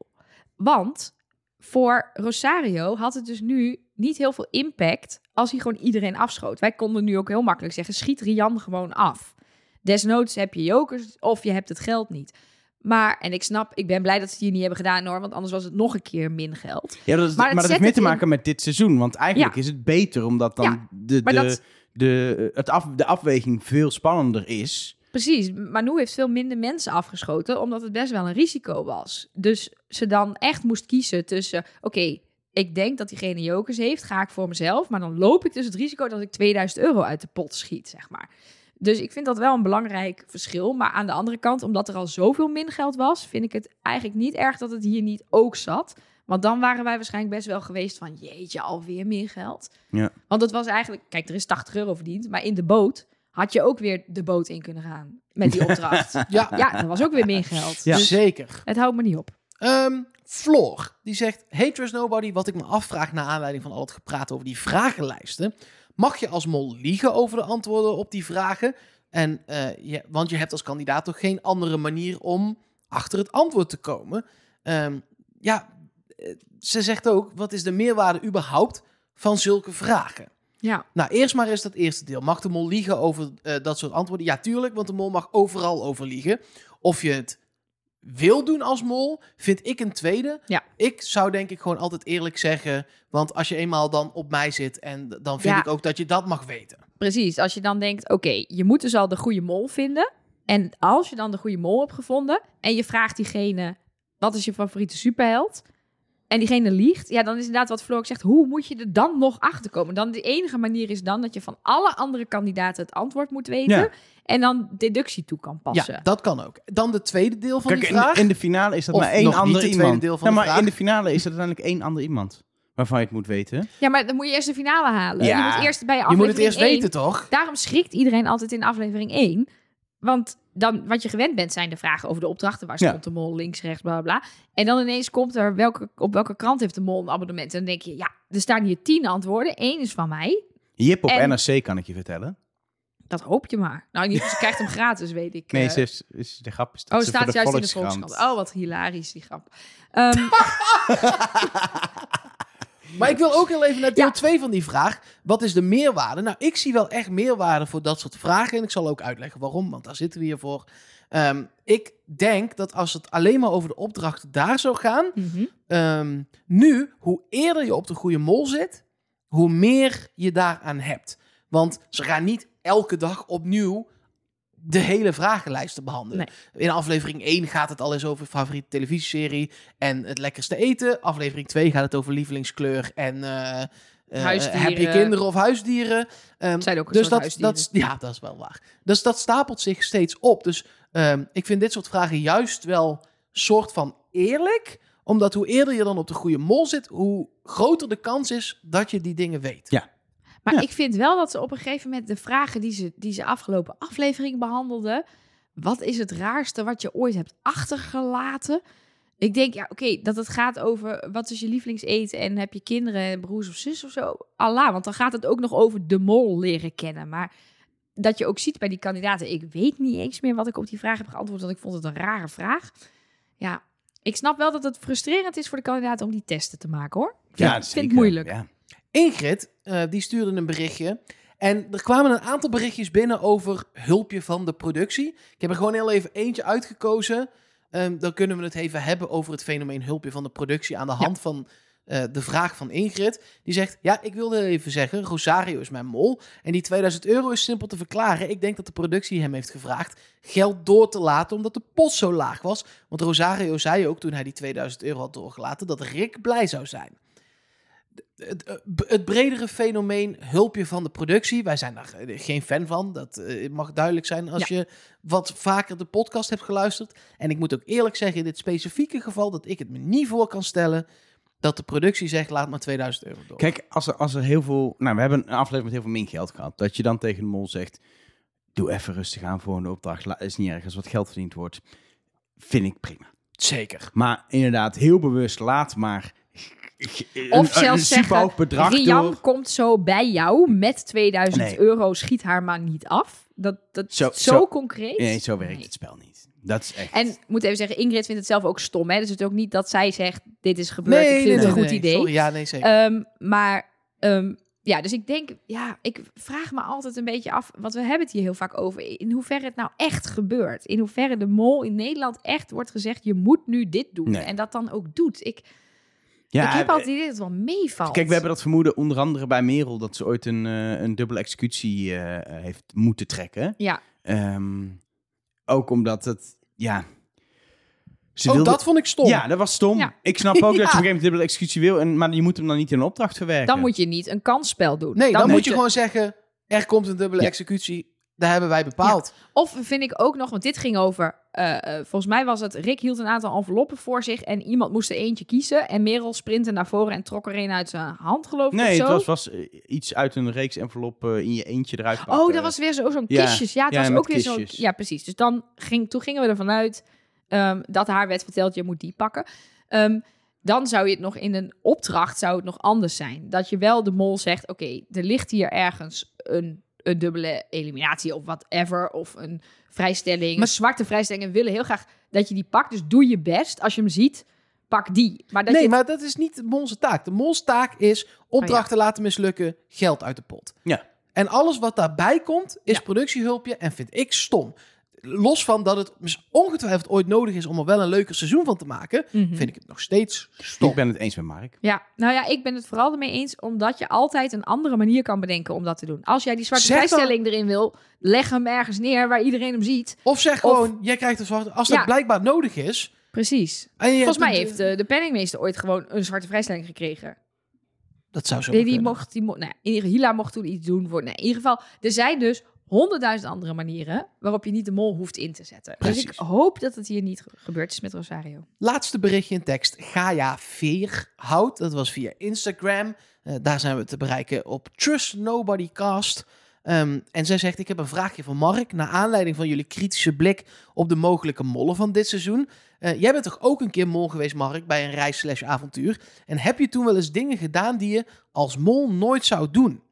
Want voor Rosario had het dus nu niet heel veel impact als hij gewoon iedereen afschoot. Wij konden nu ook heel makkelijk zeggen, schiet Rian gewoon af. Desnoods heb je jokers of je hebt het geld niet. Maar, en ik snap, ik ben blij dat ze het hier niet hebben gedaan hoor, want anders was het nog een keer min geld. Ja, dat is, Maar maar, het dat zet heeft meer het te in- maken met dit seizoen. Want eigenlijk Ja. is het beter, omdat dan Ja, de, maar de, dat- de, het af, de afweging veel spannender is. Precies, Manu heeft veel minder mensen afgeschoten, omdat het best wel een risico was. Dus ze dan echt moest kiezen tussen, oké, okay, ik denk dat diegene jokers heeft, ga ik voor mezelf, maar dan loop ik dus het risico dat ik tweeduizend euro uit de pot schiet, zeg maar. Dus ik vind dat wel een belangrijk verschil. Maar aan de andere kant, omdat er al zoveel min geld was, vind ik het eigenlijk niet erg dat het hier niet ook zat. Want dan waren wij waarschijnlijk best wel geweest van, jeetje, alweer meer geld. Ja. Want het was eigenlijk, kijk, er is tachtig euro verdiend, maar in de boot had je ook weer de boot in kunnen gaan met die opdracht. Ja, Ja, dat was ook weer meer geld. Ja. Dus zeker. het houdt me niet op. Um, Floor, die zegt, hey Trust Nobody, wat ik me afvraag naar aanleiding van al het gepraat over die vragenlijsten. Mag je als mol liegen over de antwoorden op die vragen? En, uh, je, want je hebt als kandidaat toch geen andere manier om achter het antwoord te komen. Um, ja, ze zegt ook, wat is de meerwaarde überhaupt van zulke vragen? Ja, Nou, eerst maar eens dat eerste deel. Mag de mol liegen over uh, dat soort antwoorden? Ja, tuurlijk, want de mol mag overal over liegen. Of je het wil doen als mol, vind ik een tweede. Ja. Ik zou denk ik gewoon altijd eerlijk zeggen, want als je eenmaal dan op mij zit, en dan vind Ja. ik ook dat je dat mag weten. precies. Als je dan denkt, oké, je moet dus al de goede mol vinden. En als je dan de goede mol hebt gevonden en je vraagt diegene, wat is je favoriete superheld? En diegene liegt, ja, dan is inderdaad wat Floor ook zegt, hoe moet je er dan nog achter komen? Dan de enige manier is dan dat je van alle andere kandidaten het antwoord moet weten Ja. en dan deductie toe kan passen. Ja, dat kan ook. Dan de tweede deel van Kijk, die in de, vraag. in de finale is dat Of maar één nog niet ander het tweede iemand. deel van Ja, de maar vraag. in de finale is het uiteindelijk één ander iemand waarvan je het moet weten. Ja, maar dan moet je eerst de finale halen. Ja. Je moet eerst bij je aflevering moet het eerst één weten, toch? Daarom schrikt iedereen altijd in aflevering één. Want dan, wat je gewend bent, zijn de vragen over de opdrachten. Waar Ja. stond de mol, links, rechts, bla, bla, bla. En dan ineens komt er, welke, op welke krant heeft de mol een abonnement? En dan denk je, ja, er staan hier tien antwoorden. Eén is van mij. Jip op En- N R C kan ik je vertellen. Dat hoop je maar. Nou, in ieder geval, ze krijgt hem gratis, weet ik. Nee, eh. ze is, is de grap is dat Oh, ze staat voor de juist in de Volkskrant. Volkskrant. Oh, wat hilarisch, die grap. Ehm, Maar ik wil ook heel even naar deel Ja. twee van die vraag. Wat is de meerwaarde? Nou, ik zie wel echt meerwaarde voor dat soort vragen. En ik zal ook uitleggen waarom, want daar zitten we hier voor. Um, ik denk dat als het alleen maar over de opdrachten daar zou gaan... mhm. Um, nu, hoe eerder je op de goede mol zit, hoe meer je daaraan hebt. Want ze gaan niet elke dag opnieuw de hele vragenlijst te behandelen. Nee. In aflevering één gaat het al eens over favoriete televisieserie en het lekkerste eten. Aflevering twee gaat het over lievelingskleur en uh, uh, Huisdieren. heb je kinderen of huisdieren. Um, Zijn ook een dus soort dat, huisdieren. dat, ja, dat is wel waar. Dus dat stapelt zich steeds op. Dus um, ik vind dit soort vragen juist wel soort van eerlijk, omdat hoe eerder je dan op de goede mol zit, hoe groter de kans is dat je die dingen weet. Ja. Maar Ja. ik vind wel dat ze op een gegeven moment de vragen die ze, die ze afgelopen aflevering behandelden. Wat is het raarste wat je ooit hebt achtergelaten? Ik denk, ja, oké, okay, dat het gaat over wat is je lievelingseten en heb je kinderen, broers of zus of zo. Allah, want dan gaat het ook nog over de mol leren kennen. Maar dat je ook ziet bij die kandidaten, ik weet niet eens meer wat ik op die vraag heb geantwoord, want ik vond het een rare vraag. Ja, ik snap wel dat het frustrerend is voor de kandidaten om die testen te maken, hoor. Ik vind, Ja, ik zeker. vind het moeilijk. Ja. Ingrid, uh, die stuurde een berichtje. En er kwamen een aantal berichtjes binnen over hulpje van de productie. Ik heb er gewoon heel even eentje uitgekozen. Um, dan kunnen we het even hebben over het fenomeen hulpje van de productie aan de hand ja. van uh, de vraag van Ingrid. Die zegt, ja, ik wilde even zeggen, Rosario is mijn mol. En die tweeduizend euro is simpel te verklaren. Ik denk dat de productie hem heeft gevraagd geld door te laten omdat de pot zo laag was. Want Rosario zei ook toen hij die tweeduizend euro had doorgelaten dat Rick blij zou zijn. Het, het bredere fenomeen hulpje van de productie. Wij zijn daar geen fan van. Dat uh, mag duidelijk zijn als ja. je wat vaker de podcast hebt geluisterd. En ik moet ook eerlijk zeggen, in dit specifieke geval, dat ik het me niet voor kan stellen dat de productie zegt, laat maar tweeduizend euro door. Kijk, als er, als er heel veel... Nou, we hebben een aflevering met heel veel mingeld gehad. Dat je dan tegen de mol zegt, doe even rustig aan voor een opdracht. Het is niet erg als wat geld verdiend wordt. Vind ik prima. Zeker. Maar inderdaad, heel bewust, laat maar... Of een, zelfs een zeggen, bedrag Rian door. komt zo bij jou met tweeduizend Nee. euro, schiet haar maar niet af. Dat, dat Zo- zo, zo- concreet. Nee, zo werkt Nee. het spel niet. Dat is echt... En ik moet even zeggen, Ingrid vindt het zelf ook stom. Hè? Dus het is ook niet dat zij zegt, dit is gebeurd, ik vind het een goed nee. idee. Sorry, ja, nee, zeker. Um, maar um, ja, dus ik denk, ja, ik vraag me altijd een beetje af, want we hebben het hier heel vaak over, in hoeverre het nou echt gebeurt. In hoeverre de mol in Nederland echt wordt gezegd, je moet nu dit doen. Nee. En dat dan ook doet. Ik, ja, ik heb eh, altijd het idee dat het wel meevalt. Kijk, we hebben dat vermoeden onder andere bij Merel, dat ze ooit een, uh, een dubbele executie uh, heeft moeten trekken. Ja. Um, ook omdat het, ja... Ze oh, wilde... dat vond ik stom. Ja, dat was stom. Ja. Ik snap ook Ja. dat je op een gegeven moment dubbele executie wil, en, maar je moet hem dan niet in een opdracht verwerken. Dan moet je niet een kansspel doen. Nee, dan, dan moet je gewoon zeggen, er komt een dubbele Ja. executie. Daar hebben wij bepaald. Of vind ik ook nog, want dit ging over, uh, uh, volgens mij was het, Rick hield een aantal enveloppen voor zich en iemand moest er eentje kiezen. En Merel sprintte naar voren en trok er een uit zijn hand, geloof ik, Nee, of zo. het was, was uh, iets uit een reeks envelop uh, in je eentje eruit pakken. Oh, dat was weer zo, zo'n Ja. kistjes. Ja, het Ja, was met ook weer zo. kistjes. Ja, precies. Dus dan ging, toen gingen we ervan uit um, dat haar werd verteld, je moet die pakken. Um, dan zou je het nog in een opdracht, zou het nog anders zijn. Dat je wel de mol zegt, oké, okay, er ligt hier ergens een... een dubbele eliminatie of whatever, of een vrijstelling, Maar- een zwarte vrijstelling, en willen heel graag dat je die pakt. Dus doe je best. Als je hem ziet, pak die. Maar dat Nee, je... maar dat is niet de molse taak. De molse taak is opdrachten laten mislukken, geld uit de pot. Ja. En alles wat daarbij komt, is Ja. productiehulpje en vind ik stom. Los van dat het mis- ongetwijfeld ooit nodig is om er wel een leuker seizoen van te maken, Mhm. vind ik het nog steeds stom. Ik ben het eens met Mark. Ja, nou ja, ik ben het vooral ermee eens, omdat je altijd een andere manier kan bedenken om dat te doen. Als jij die zwarte Zeg dan- vrijstelling erin wil, leg hem ergens neer waar iedereen hem ziet. Of zeg Of- gewoon, jij krijgt een zwarte... Als Ja. dat blijkbaar nodig is... Precies. En je Volgens hebt mij een- heeft uh, de penningmeester ooit gewoon een zwarte vrijstelling gekregen. Dat zou zo Die, die kunnen. mocht, die mo- nou, ja, Hila mocht toen iets doen voor. Nee, in ieder geval, er zijn dus honderdduizend andere manieren waarop je niet de mol hoeft in te zetten. Dus ik Precies. hoop dat het hier niet ge- gebeurd is met Rosario. Laatste berichtje in tekst. Gaia Veerhout. Dat was via Instagram. Uh, daar zijn we te bereiken op Trust Nobody Cast. Um, en zij zegt, ik heb een vraagje voor Mark. Naar aanleiding van jullie kritische blik op de mogelijke mollen van dit seizoen. Uh, jij bent toch ook een keer mol geweest, Mark, bij een reis slash avontuur. En heb je toen wel eens dingen gedaan die je als mol nooit zou doen?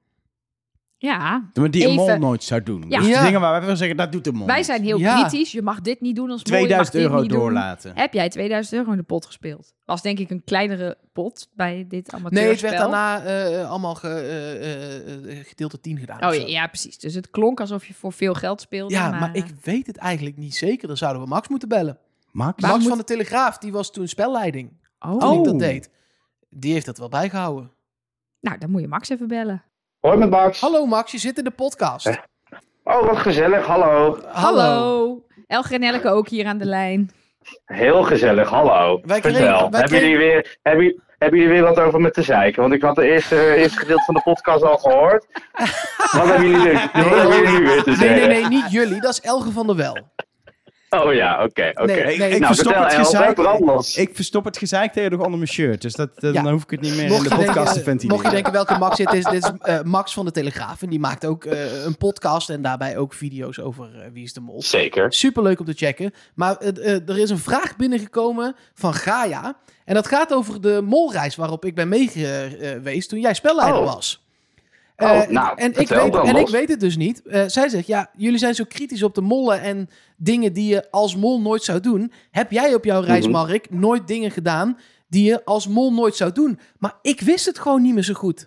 Ja, Maar die een Even- mol nooit zou doen. Ja. Dus de Ja. dingen waar wij van zeggen, dat doet de mol wij niet. zijn heel Ja. kritisch. Je mag dit niet doen als mol. je mag tweeduizend dit euro niet doen. doorlaten. Heb jij tweeduizend euro in de pot gespeeld? Was denk ik een kleinere pot bij dit amateurspel. Nee, het werd daarna uh, allemaal ge, uh, uh, uh, gedeelte tien gedaan. Oh of ja, zo. ja, precies. Dus het klonk alsof je voor veel geld speelde. Ja, maar, maar ik weet het eigenlijk niet zeker. Dan zouden we Max moeten bellen. Max? Waar Max moet- van de Telegraaf, die was toen spelleiding. Oh, Toen ik dat Oh. deed. Die heeft dat wel bijgehouden. nou dan moet je Max even bellen. Hoi met Max. Hallo Max, je zit in de podcast. Eh. Oh, wat gezellig. Hallo. Hallo. Elger en Elke ook hier aan de lijn. Heel gezellig. Hallo. Wij kregen- Vertel. wij Hebben kregen- jullie weer, hebben, jullie- hebben jullie weer wat over me te zeiken? Want ik had de eerste, eerste gedeelte van de podcast al gehoord. Wat hebben jullie nu, wat hebben jullie nu weer te Nee, zeggen? nee, nee, niet jullie. Dat is Elge van der Wel. Oh ja, oké, oké. Nee, nee, ik Nou, verstop vertel het Elger, gezeik. brand los. Ik verstop het gezeik tegenwoordig onder mijn shirt. Dus dat, dat- Ja. dan hoef ik het niet meer Mocht in de je, podcast te denken, ventileren. mocht je denken welke Max dit is, dit is eh, Max van de Telegraaf. En die maakt ook eh, een podcast en daarbij ook video's over eh, Wie is de Mol. Zeker. Superleuk om te checken. Maar eh, eh, er is een vraag binnengekomen van Gaia. En dat gaat over de molreis waarop ik ben meegeweest toen jij spelleider Oh. was. Oh, Eh, nou, en ik, vertel weet, dan, en ik Mos. weet het dus niet. Eh, zij zegt, ja, jullie zijn zo kritisch op de mollen en dingen die je als mol nooit zou doen. Heb jij op jouw reis, Mhm. Mark, nooit dingen gedaan die je als mol nooit zou doen? Maar ik wist het gewoon niet meer zo goed.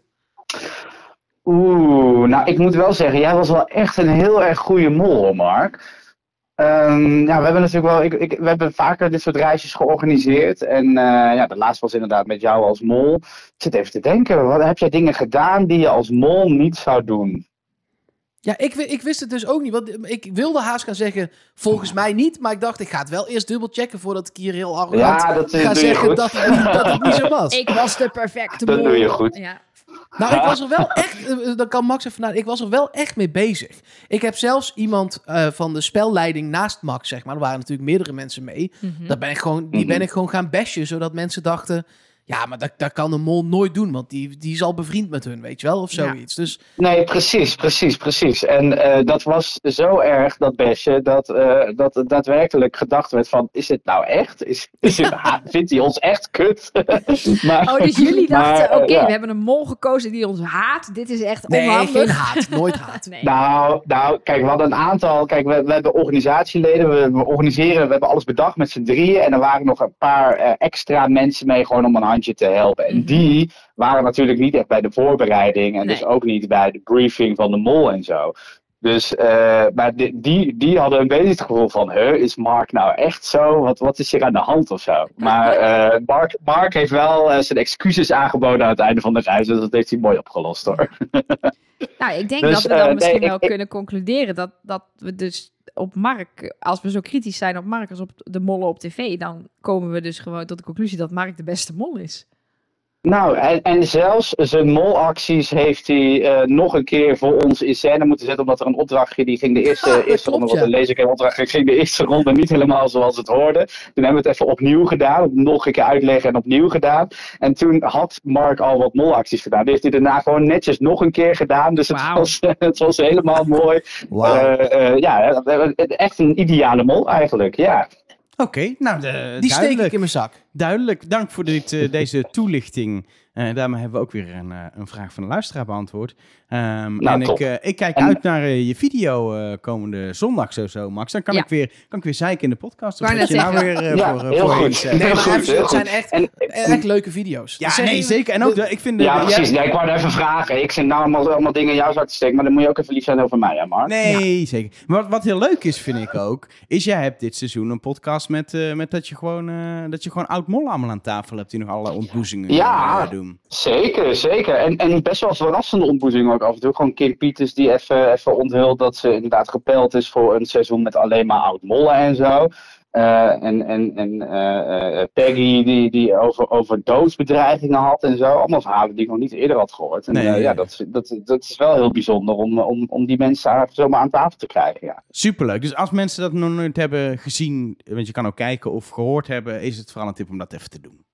Oeh, nou ik moet wel zeggen, jij was wel echt een heel erg goede mol, hoor, Mark. Ehm, ja, we hebben natuurlijk wel, ik, ik, we hebben vaker dit soort reisjes georganiseerd. En eh, ja, de laatste was inderdaad met jou als mol. Ik zit even te denken, wat, heb jij dingen gedaan die je als mol niet zou doen? Ja, ik, wi- ik wist het dus ook niet. Want ik wilde haast gaan zeggen, volgens mij niet. Maar ik dacht, ik ga het wel eerst dubbel checken voordat ik hier heel arrogant Ja, dat, eh, ga doe je zeggen goed. dat het, niet, dat het niet zo was. Ik was de perfecte Dat mol. doe je goed. Ja. Nou, ik was er wel echt, eh, dan kan Max even naar, ik was er wel echt mee bezig. Ik heb zelfs iemand eh, van de spelleiding naast Max, zeg maar, er waren natuurlijk meerdere mensen mee. Mhm. Dat ben ik gewoon, die Mhm. ben ik gewoon gaan bashen, zodat mensen dachten, ja, maar dat, dat kan een mol nooit doen, want die, die is al bevriend met hun, weet je wel, of zoiets. Dus Nee, precies, precies, precies. En eh, dat was zo erg, dat besje, dat, eh, dat er daadwerkelijk gedacht werd van, is dit nou echt? Is, is dit, ha- vindt hij ons echt kut? maar, Oh, dus jullie maar, dachten, eh, oké, ja. we hebben een mol gekozen die ons haat. Dit is echt nee, onhandig. geen haat, nooit haat. Nee. Nou, nou, kijk, we hadden een aantal. Kijk, we, we hebben organisatieleden. We, we organiseren, we hebben alles bedacht met z'n drieën. En er waren nog een paar eh, extra mensen mee, gewoon om een handje te helpen. En Mhm. die waren natuurlijk niet echt bij de voorbereiding. En Nee. dus ook niet bij de briefing van de mol en zo. Dus, eh, maar die, die, die hadden een beetje het gevoel van, huh, is Mark nou echt zo? Wat, wat is hier aan de hand of zo? Maar eh, Mark, Mark heeft wel eh, zijn excuses aangeboden aan het einde van de reis. Dus dat heeft hij mooi opgelost, hoor. Nou, ik denk Dus, dat we dan eh, misschien nee, wel ik- kunnen concluderen dat, dat we dus op Mark, als we zo kritisch zijn op Mark als op de mollen op tv, dan komen we dus gewoon tot de conclusie dat Mark de beste mol is. Nou, en, en zelfs zijn molacties heeft hij eh, nog een keer voor ons in scène moeten zetten. Omdat er een opdrachtje, die ging de eerste, Ah, dat eerste klopt, ronde, wat ja. een lezer opdracht, ging de eerste ronde niet helemaal zoals het hoorde. Toen hebben we het even opnieuw gedaan, nog een keer uitleggen en opnieuw gedaan. En toen had Mark al wat molacties gedaan. Die heeft hij daarna gewoon netjes nog een keer gedaan. Dus het, Wauw. was, het was helemaal mooi. Wauw. Eh, eh, ja, echt een ideale mol eigenlijk, ja. Oké, nou de, Die steek duidelijk. ik in mijn zak. Duidelijk, dank voor dit, eh, deze toelichting. Eh, daarmee hebben we ook weer een, eh, een vraag van de luisteraar beantwoord. Ehm, Nou, en ik, top. eh, ik kijk En- uit naar eh, je video eh, komende zondag zo, Max. Dan kan, Ja. ik weer, kan ik weer zeiken in de podcast. Of Wou wat je net nou weer zeggen. eh, Ja, voor, eh, heel voorheen goed. zegt. Nee, Heel maar goed, even, heel het zijn goed. echt, En- echt leuke video's. Ja, Dat zeg nee, je- zeker. En ook, de- ik vind... de- Ja, jij- precies. Ja, ik wou er even vragen. Ik zit nou allemaal, allemaal dingen in jouw zak te steken, maar dan moet je ook even lief zijn over mij, hè, Mark? Nee, zeker. Maar wat, wat heel leuk is, vind ik ook, is jij hebt dit seizoen een podcast met, eh, met dat je gewoon, eh, dat je gewoon oud-mollen allemaal aan tafel hebt die nog allerlei ontboezingen Ja. eh, doen. Zeker, zeker. En, en best wel verrassende ontboezingen ook af en toe. Gewoon Kim Pieters die even, even onthult dat ze inderdaad gepeld is voor een seizoen met alleen maar oud-mollen en zo. Uh, en en, en uh, uh, Peggy die, die over, over doodsbedreigingen had en zo. Allemaal verhalen die ik nog niet eerder had gehoord. En Nee, uh, nee. ja, dat, dat, dat is wel heel bijzonder om, om, om die mensen daar zomaar aan tafel te krijgen. Ja. Superleuk. Dus als mensen dat nog nooit hebben gezien, want je kan ook kijken of gehoord hebben, is het vooral een tip om dat even te doen.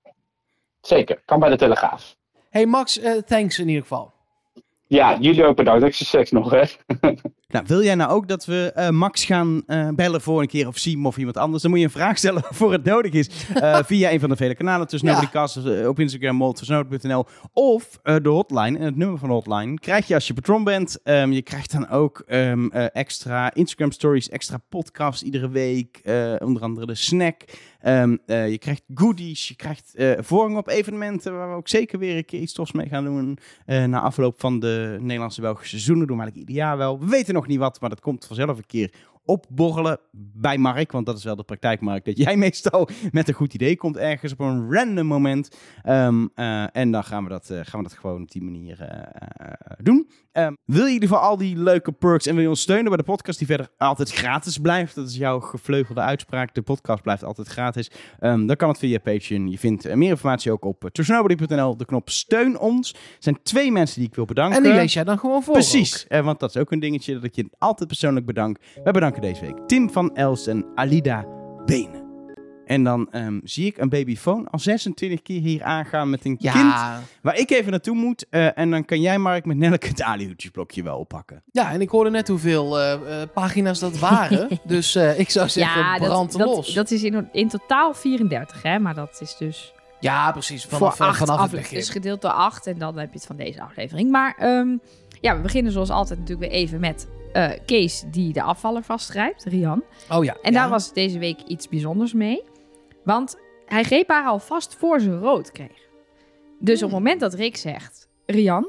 Zeker, kan bij de Telegraaf. Hey Max, uh, thanks in ieder geval. Ja, jullie ook bedankt. Ik succes nog, hè. Nou, wil jij nou ook dat we uh, Max gaan uh, bellen voor een keer of Siem of iemand anders? Dan moet je een vraag stellen voor het nodig is. Uh, via een van de vele kanalen tussen Ja. Nobodycast uh, op Instagram, moltusnood punt n l of uh, de hotline. En het nummer van de hotline krijg je als je patron bent. Um, je krijgt dan ook um, uh, extra Instagram stories, extra podcasts iedere week. Uh, onder andere de snack. Um, uh, je krijgt goodies, je krijgt uh, voorrang op evenementen waar we ook zeker weer een keer iets tofs mee gaan doen. Uh, na afloop van de Nederlandse Belgische seizoenen doen we eigenlijk ieder jaar wel. We weten nog niet wat, maar dat komt vanzelf een keer opborrelen bij Mark. Want dat is wel de praktijk, Mark. Dat jij meestal met een goed idee komt ergens op een random moment. Um, uh, en dan gaan we, dat, uh, gaan we dat gewoon op die manier uh, uh, doen. Um, wil je in ieder geval al die leuke perks en wil je ons steunen bij de podcast die verder altijd gratis blijft. Dat is jouw gevleugelde uitspraak. De podcast blijft altijd gratis. Um, dan kan het via Patreon. Je vindt uh, meer informatie ook op uh, trust nobody punt n l. De knop steun ons. Er zijn twee mensen die ik wil bedanken. En die lees jij dan gewoon voor. Precies. Uh, want dat is ook een dingetje dat ik je altijd persoonlijk bedank. Wij bedanken deze week Tim van Els en Alida Benen. En dan um, zie ik een babyfoon al zesentwintig keer hier aangaan met een Ja. kind waar ik even naartoe moet. Uh, en dan kan jij, Mark, met Nelleke het alihoedjesblokje wel oppakken. Ja, en ik hoorde net hoeveel uh, uh, pagina's dat waren. dus uh, ik zou zeggen, Ja, brand dat, los. dat, dat is in, in totaal vierendertig, hè? Maar dat is dus ja, precies. Vanaf, voor uh, acht vanaf het afleveringen. begin. Dus gedeeld door acht en dan heb je het van deze aflevering. Maar um, ja, we beginnen zoals altijd natuurlijk weer even met uh, Kees die de afvaller vastgrijpt, Rian. Oh ja. En ja. daar was deze week iets bijzonders mee. Want hij greep haar al vast voor ze rood kreeg. Dus op het moment dat Rick zegt, Rian,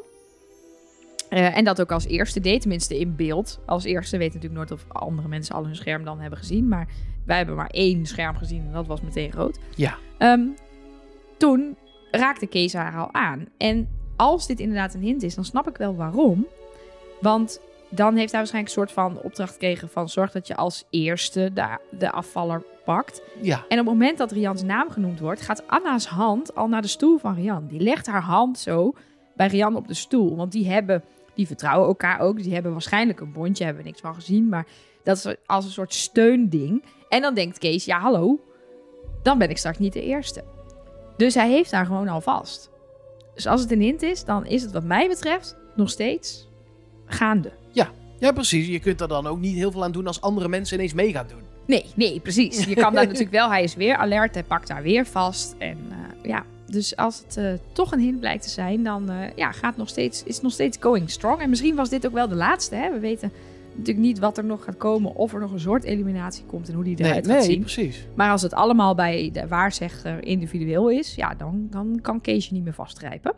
uh, en dat ook als eerste deed, tenminste in beeld. Als eerste weet natuurlijk nooit of andere mensen al hun scherm dan hebben gezien. Maar wij hebben maar één scherm gezien en dat was meteen rood. Ja. Um, toen raakte Kees haar al aan. En als dit inderdaad een hint is, dan snap ik wel waarom. Want dan heeft hij waarschijnlijk een soort van opdracht gekregen van zorg dat je als eerste de, de afvaller pakt. Ja. En op het moment dat Rians naam genoemd wordt, gaat Anna's hand al naar de stoel van Rian. Die legt haar hand zo bij Rian op de stoel. Want die hebben, die vertrouwen elkaar ook. Die hebben waarschijnlijk een bondje, hebben we niks van gezien. Maar dat is als een soort steunding. En dan denkt Kees, ja hallo, dan ben ik straks niet de eerste. Dus hij heeft haar gewoon al vast. Dus als het een hint is, dan is het wat mij betreft nog steeds gaande. Ja, precies. Je kunt er dan ook niet heel veel aan doen als andere mensen ineens mee gaan doen. Nee, nee, precies. Je kan daar natuurlijk wel, hij is weer alert, hij pakt haar weer vast. En uh, ja, dus als het uh, toch een hint blijkt te zijn, dan uh, ja, gaat nog steeds, is het nog steeds going strong. En misschien was dit ook wel de laatste, hè? We weten natuurlijk niet wat er nog gaat komen, of er nog een soort eliminatie komt en hoe die eruit nee, gaat nee, zien. precies. Maar als het allemaal bij de waarzegger individueel is, ja, dan, dan kan Kees je niet meer vastgrijpen.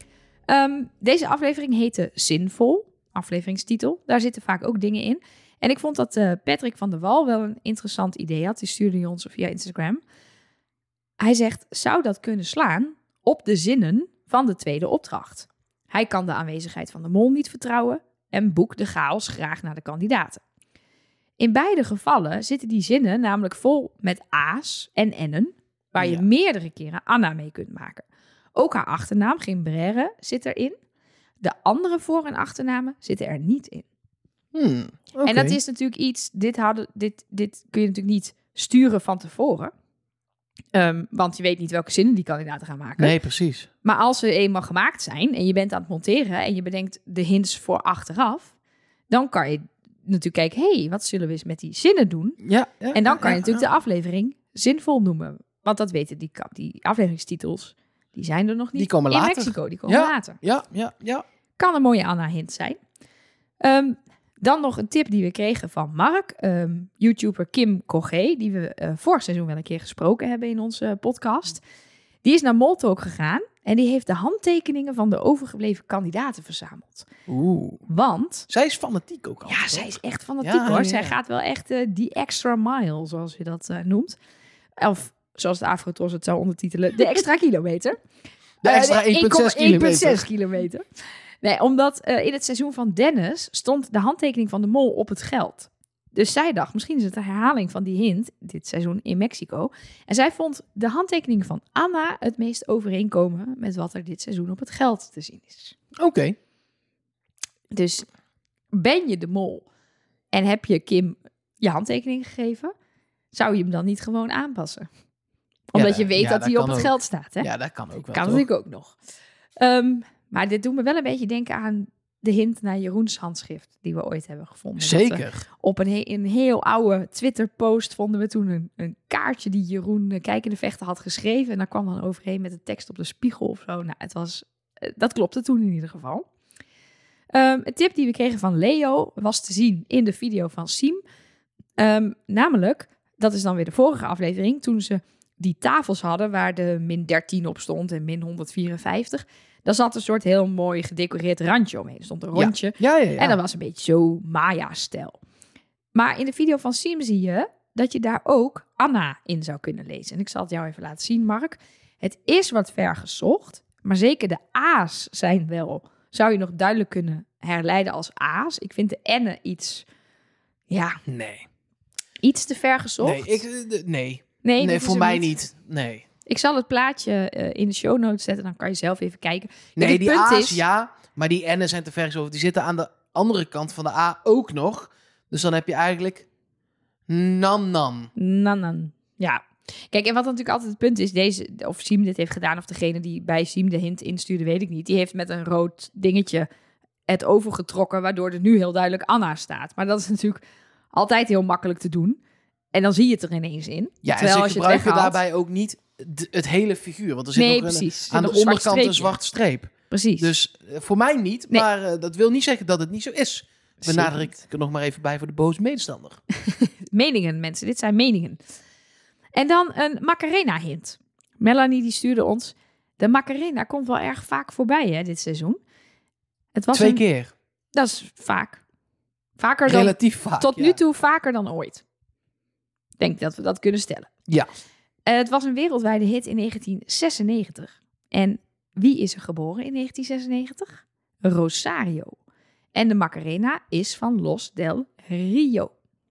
Um, deze aflevering heette Zinvol, afleveringstitel. Daar zitten vaak ook dingen in. En ik vond dat uh, Patrick van der Wal wel een interessant idee had. Die stuurde hij ons via Instagram. Hij zegt, zou dat kunnen slaan op de zinnen van de tweede opdracht? Hij kan de aanwezigheid van de mol niet vertrouwen en boekt de chaos graag naar de kandidaten. In beide gevallen zitten die zinnen namelijk vol met A's en N'en, waar je Ja. meerdere keren Anna mee kunt maken. Ook haar achternaam, Gimbrère, zit erin. De andere voor- en achternamen zitten er niet in. Hmm, okay. En dat is natuurlijk iets, dit, hadden, dit, dit kun je natuurlijk niet sturen van tevoren. Um, want je weet niet welke zinnen die kandidaten gaan maken. Nee, precies. Maar als ze eenmaal gemaakt zijn en je bent aan het monteren en je bedenkt de hints voor achteraf, dan kan je natuurlijk kijken, hé, hey, wat zullen we eens met die zinnen doen? Ja, ja, En dan ja, kan je ja, natuurlijk ja. de aflevering zinvol noemen. Want dat weten die, die afleveringstitels, die zijn er nog niet Die komen in later. Mexico. Die komen Ja. later. Ja, ja, ja. Kan een mooie Anna-hint zijn. Um, dan nog een tip die we kregen van Mark, um, YouTuber Kim Kogé, die we uh, vorig seizoen wel een keer gesproken hebben in onze uh, podcast. Die is naar Moltalk gegaan en die heeft de handtekeningen van de overgebleven kandidaten verzameld. Oeh. Want, Zij is fanatiek ook al. ja, zij is echt fanatiek Ja, hoor. ja, Zij ja. gaat wel echt uh, die extra mile, zoals je dat uh, noemt. Of, zoals de Afrotros het zou ondertitelen, de extra kilometer. De extra Uh, één komma zes één komma zes kilometer. kilometer. Nee, omdat uh, in het seizoen van Dennis stond de handtekening van de mol op het geld. Dus zij dacht, misschien is het een herhaling van die hint dit seizoen in Mexico. En zij vond de handtekening van Anna het meest overeenkomen met wat er dit seizoen op het geld te zien is. Oké. Okay. Dus ben je de mol en heb je Kim je handtekening gegeven, zou je hem dan niet gewoon aanpassen? Omdat Ja, je weet ja, dat dat hij op kan het ook. geld staat, hè? Ja, dat kan ook wel. Kan toch? natuurlijk ook nog. Um, maar dit doet me wel een beetje denken aan de hint naar Jeroens handschrift die we ooit hebben gevonden. Dat we Zeker. op een, he- een heel oude Twitter-post vonden we toen een, een kaartje die Jeroen uh, Kijkende Vechter had geschreven. En daar kwam dan overheen met de tekst op de spiegel of zo. Nou, het was, uh, dat klopte toen in ieder geval. Um, een tip die we kregen van Leo was te zien in de video van Siem. Um, namelijk, dat is dan weer de vorige aflevering, toen ze die tafels hadden waar de min dertien op stond en min honderdvierenvijftig. Daar zat een soort heel mooi gedecoreerd randje omheen. Er stond een rondje. Ja, ja, ja. En dat was een beetje zo Maya-stijl. Maar in de video van Siem zie je dat je daar ook Anna in zou kunnen lezen. En ik zal het jou even laten zien, Mark. Het is wat ver gezocht, maar zeker de A's zijn wel... zou je nog duidelijk kunnen herleiden als A's. Ik vind de N'en iets... ja, Nee. iets te ver gezocht. Nee, ik, uh, nee. nee, nee dat is voor hem mij niet. Nee. Ik zal het plaatje uh, in de show notes zetten, dan kan je zelf even kijken. Kijk, Nee, het die punt A's is, ja, maar die N'en zijn te ver gezocht. Die zitten aan de andere kant van de A ook nog. Dus dan heb je eigenlijk... nan-nan. Nanan. Ja. Kijk, en wat natuurlijk altijd het punt is, deze, of Siem dit heeft gedaan, of degene die bij Siem de hint instuurde, weet ik niet. Die heeft met een rood dingetje het overgetrokken, waardoor er nu heel duidelijk Anna staat. Maar dat is natuurlijk altijd heel makkelijk te doen. En dan zie je het er ineens in. Ja, Terwijl en als ze je het gebruiken weghaalt- daarbij ook niet d- het hele figuur. Want er zit Nee, nog een, precies. Er zit aan de nog een zwart onderkant een streepje. zwarte streep. Precies. Dus uh, voor mij niet, Nee. maar uh, dat wil niet zeggen dat het niet zo is. Zeker Benadruk ik er nog maar even bij voor de boze medestander. Meningen, mensen. Dit zijn meningen. En dan een Macarena-hint. Melanie die stuurde ons... De Macarena komt wel erg vaak voorbij, hè, dit seizoen. Het was Twee een, keer. Dat is vaak. Vaker dan... Relatief vaak. tot ja. nu toe vaker dan ooit. Ik denk dat we dat kunnen stellen. Ja. Uh, het was een wereldwijde hit in negentien zesennegentig. En wie is er geboren in negentien zesennegentig? Rosario. En de Macarena is van Los del Rio.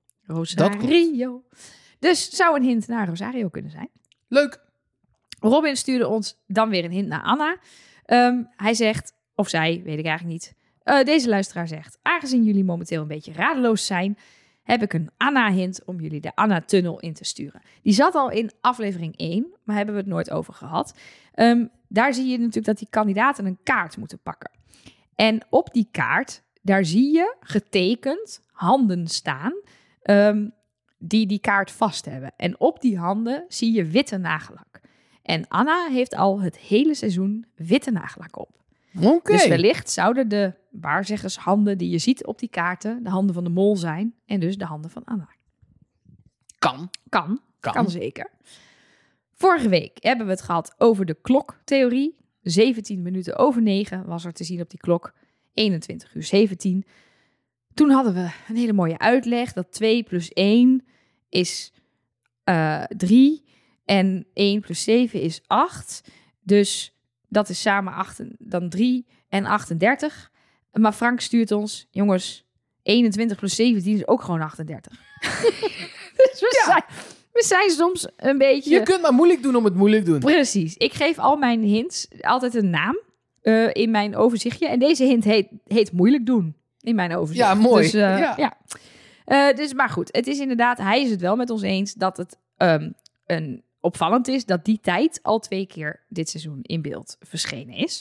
Rosario. Dus zou een hint naar Rosario kunnen zijn. Leuk. Robin stuurde ons dan weer een hint naar Anna. Um, hij zegt, of zij, weet ik eigenlijk niet. Uh, deze luisteraar zegt, aangezien jullie momenteel een beetje radeloos zijn, heb ik een Anna-hint om jullie de Anna-tunnel in te sturen. Die zat al in aflevering één, maar hebben we het nooit over gehad. Um, daar zie je natuurlijk dat die kandidaten een kaart moeten pakken. En op die kaart, daar zie je getekend handen staan um, die die kaart vast hebben. En op die handen zie je witte nagellak. En Anna heeft al het hele seizoen witte nagellak op. Oké. Okay. Dus wellicht zouden de waarzeggershanden die je ziet op die kaarten de handen van de mol zijn en dus de handen van Anna. Kan. Kan, Kan. kan zeker. Vorige week hebben we het gehad over de kloktheorie. zeventien minuten over negen was er te zien op die klok. eenentwintig uur zeventien. Toen hadden we een hele mooie uitleg dat twee plus één is uh, drie en één plus zeven is acht. Dus dat is samen acht, dan drie en achtendertig. Maar Frank stuurt ons, jongens, eenentwintig plus zeventien is ook gewoon achtendertig. Dus we, Ja. zijn, we zijn soms een beetje... Je kunt maar moeilijk doen om het moeilijk doen. Precies. Ik geef al mijn hints altijd een naam uh, in mijn overzichtje. En deze hint heet, heet moeilijk doen in mijn overzicht. Ja, mooi. Dus, uh, Ja. ja. Uh, dus, maar goed, het is inderdaad, hij is het wel met ons eens dat het um, een opvallend is dat die tijd al twee keer dit seizoen in beeld verschenen is.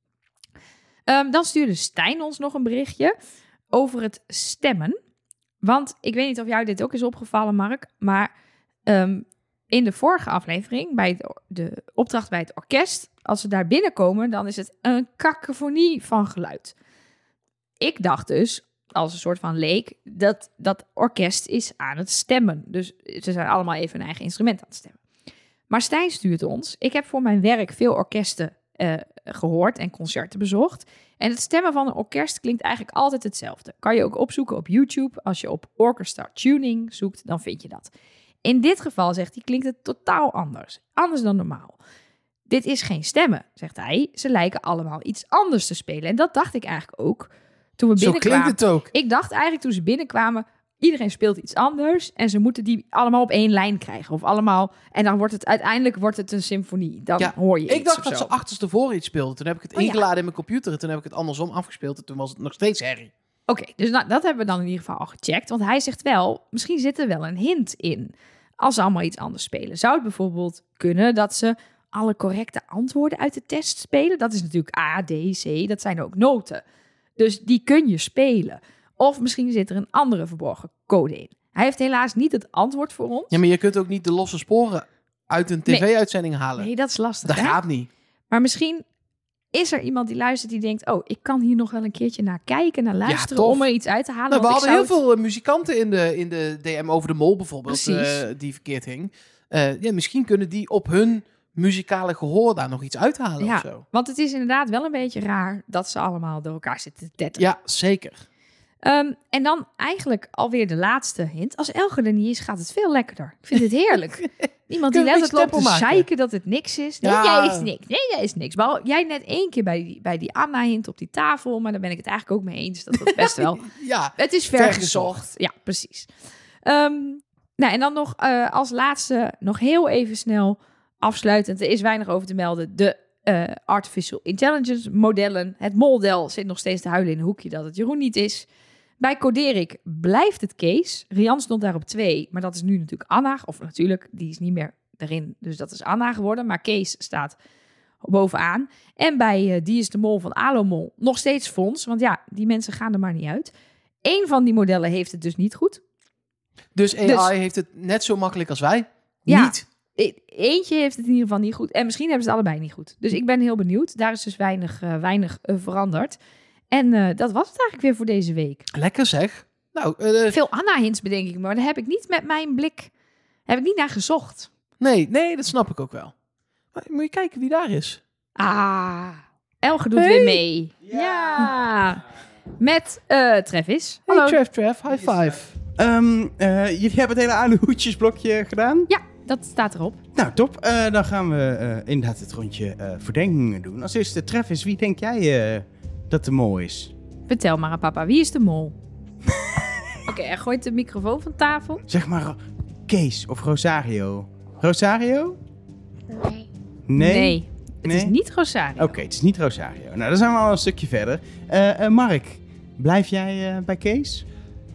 Um, dan stuurde Stijn ons nog een berichtje over het stemmen. Want ik weet niet of jou dit ook is opgevallen, Mark, maar um, in de vorige aflevering, bij het, de opdracht bij het orkest, als ze daar binnenkomen, dan is het een kakofonie van geluid. Ik dacht dus, als een soort van leek, dat dat orkest is aan het stemmen. Dus ze zijn allemaal even een eigen instrument aan het stemmen. Maar Stijn stuurt ons. Ik heb voor mijn werk veel orkesten uh, gehoord en concerten bezocht. En het stemmen van een orkest klinkt eigenlijk altijd hetzelfde. Kan je ook opzoeken op YouTube. Als je op orchestra tuning zoekt, dan vind je dat. In dit geval, zegt hij, klinkt het totaal anders. Anders dan normaal. Dit is geen stemmen, zegt hij. Ze lijken allemaal iets anders te spelen. En dat dacht ik eigenlijk ook toen we Zo binnenkwamen. klinkt het ook. Ik dacht eigenlijk toen ze binnenkwamen, iedereen speelt iets anders en ze moeten die allemaal op één lijn krijgen. Of allemaal, en dan wordt het uiteindelijk wordt het een symfonie. Dan Ja, hoor je iets Ik dacht of dat zo. ze achterstevoren iets speelden. Toen heb ik het Oh, ja. ingeladen in mijn computer en toen heb ik het andersom afgespeeld en toen was het nog steeds herrie. Oké, dus nou, dat hebben we dan in ieder geval al gecheckt. Want hij zegt wel, misschien zit er wel een hint in. Als ze allemaal iets anders spelen. Zou het bijvoorbeeld kunnen dat ze alle correcte antwoorden uit de test spelen? Dat is natuurlijk A, D, C. Dat zijn ook noten. Dus die kun je spelen. Of misschien zit er een andere verborgen code in. Hij heeft helaas niet het antwoord voor ons. Ja, maar je kunt ook niet de losse sporen uit een tv-uitzending halen. Nee, dat is lastig. Dat hè? gaat niet. Maar misschien is er iemand die luistert die denkt, oh, ik kan hier nog wel een keertje naar kijken, naar luisteren, tof. om er iets uit te halen. Nou, we want ik hadden heel zou veel uh, muzikanten in de, in de D M over de Mol bijvoorbeeld, Precies. uh, die verkeerd hing. Uh, ja, misschien kunnen die op hun muzikale gehoor daar nog iets uithalen Ja, of zo. want het is inderdaad wel een beetje raar dat ze allemaal door elkaar zitten te tetteren. Ja, zeker. Um, en dan eigenlijk alweer de laatste hint. Als Elger er niet is, gaat het veel lekkerder. Ik vind het heerlijk. Iemand die Kun je net een loopt te stempel maken? zeiken dat het niks is. Nee, Ja. jij is niks. Nee, jij is niks. Maar jij net één keer bij die, bij die Anna-hint op die tafel. Maar daar ben ik het eigenlijk ook mee eens. Dat dat best wel... Ja, Het is Vergezocht. vergezocht. Ja, precies. Um, nou, en dan nog uh, als laatste nog heel even snel afsluitend. Er is weinig over te melden. De uh, artificial intelligence modellen. Het model zit nog steeds te huilen in een hoekje dat het Jeroen niet is. Bij Coderik blijft het Kees. Rian stond daar op twee, maar dat is nu natuurlijk Anna. Of natuurlijk, die is niet meer erin, dus dat is Anna geworden. Maar Kees staat bovenaan. En bij uh, Die is de Mol van Alomol nog steeds Fons. Want ja, die mensen gaan er maar niet uit. Eén van die modellen heeft het dus niet goed. Dus A I Dus- heeft het net zo makkelijk als wij. Ja. Niet. E- Eentje heeft het in ieder geval niet goed. En misschien hebben ze het allebei niet goed. Dus ik ben heel benieuwd. Daar is dus weinig, uh, weinig uh, veranderd. En uh, dat was het eigenlijk weer voor deze week. Lekker zeg. Nou, eh, Veel Anna-hints bedenk ik me, maar daar heb ik niet met mijn blik... heb ik niet naar gezocht. nee, nee, dat snap ik ook wel. Maar moet je kijken wie daar is. Ah, Elger doet Hey. weer mee. Ja. Met uh, Travis. Hey, Hallo. Trev, Trev, high five. Um, uh, jullie hebben het hele oude hoedjesblokje gedaan? Ja, dat staat erop. Nou, top. Uh, dan gaan we uh, inderdaad het rondje uh, verdenkingen doen. Als eerste, Travis, wie denk jij uh, dat de mol is? Vertel maar aan papa, wie is de mol? Oké, okay, hij gooit de microfoon van tafel. Zeg maar Kees of Rosario. Rosario? Nee. Nee? Nee, het Nee? is niet Rosario. Oké, okay, het is niet Rosario. Nou, dan zijn we al een stukje verder. Uh, uh, Mark, blijf jij uh, bij Kees?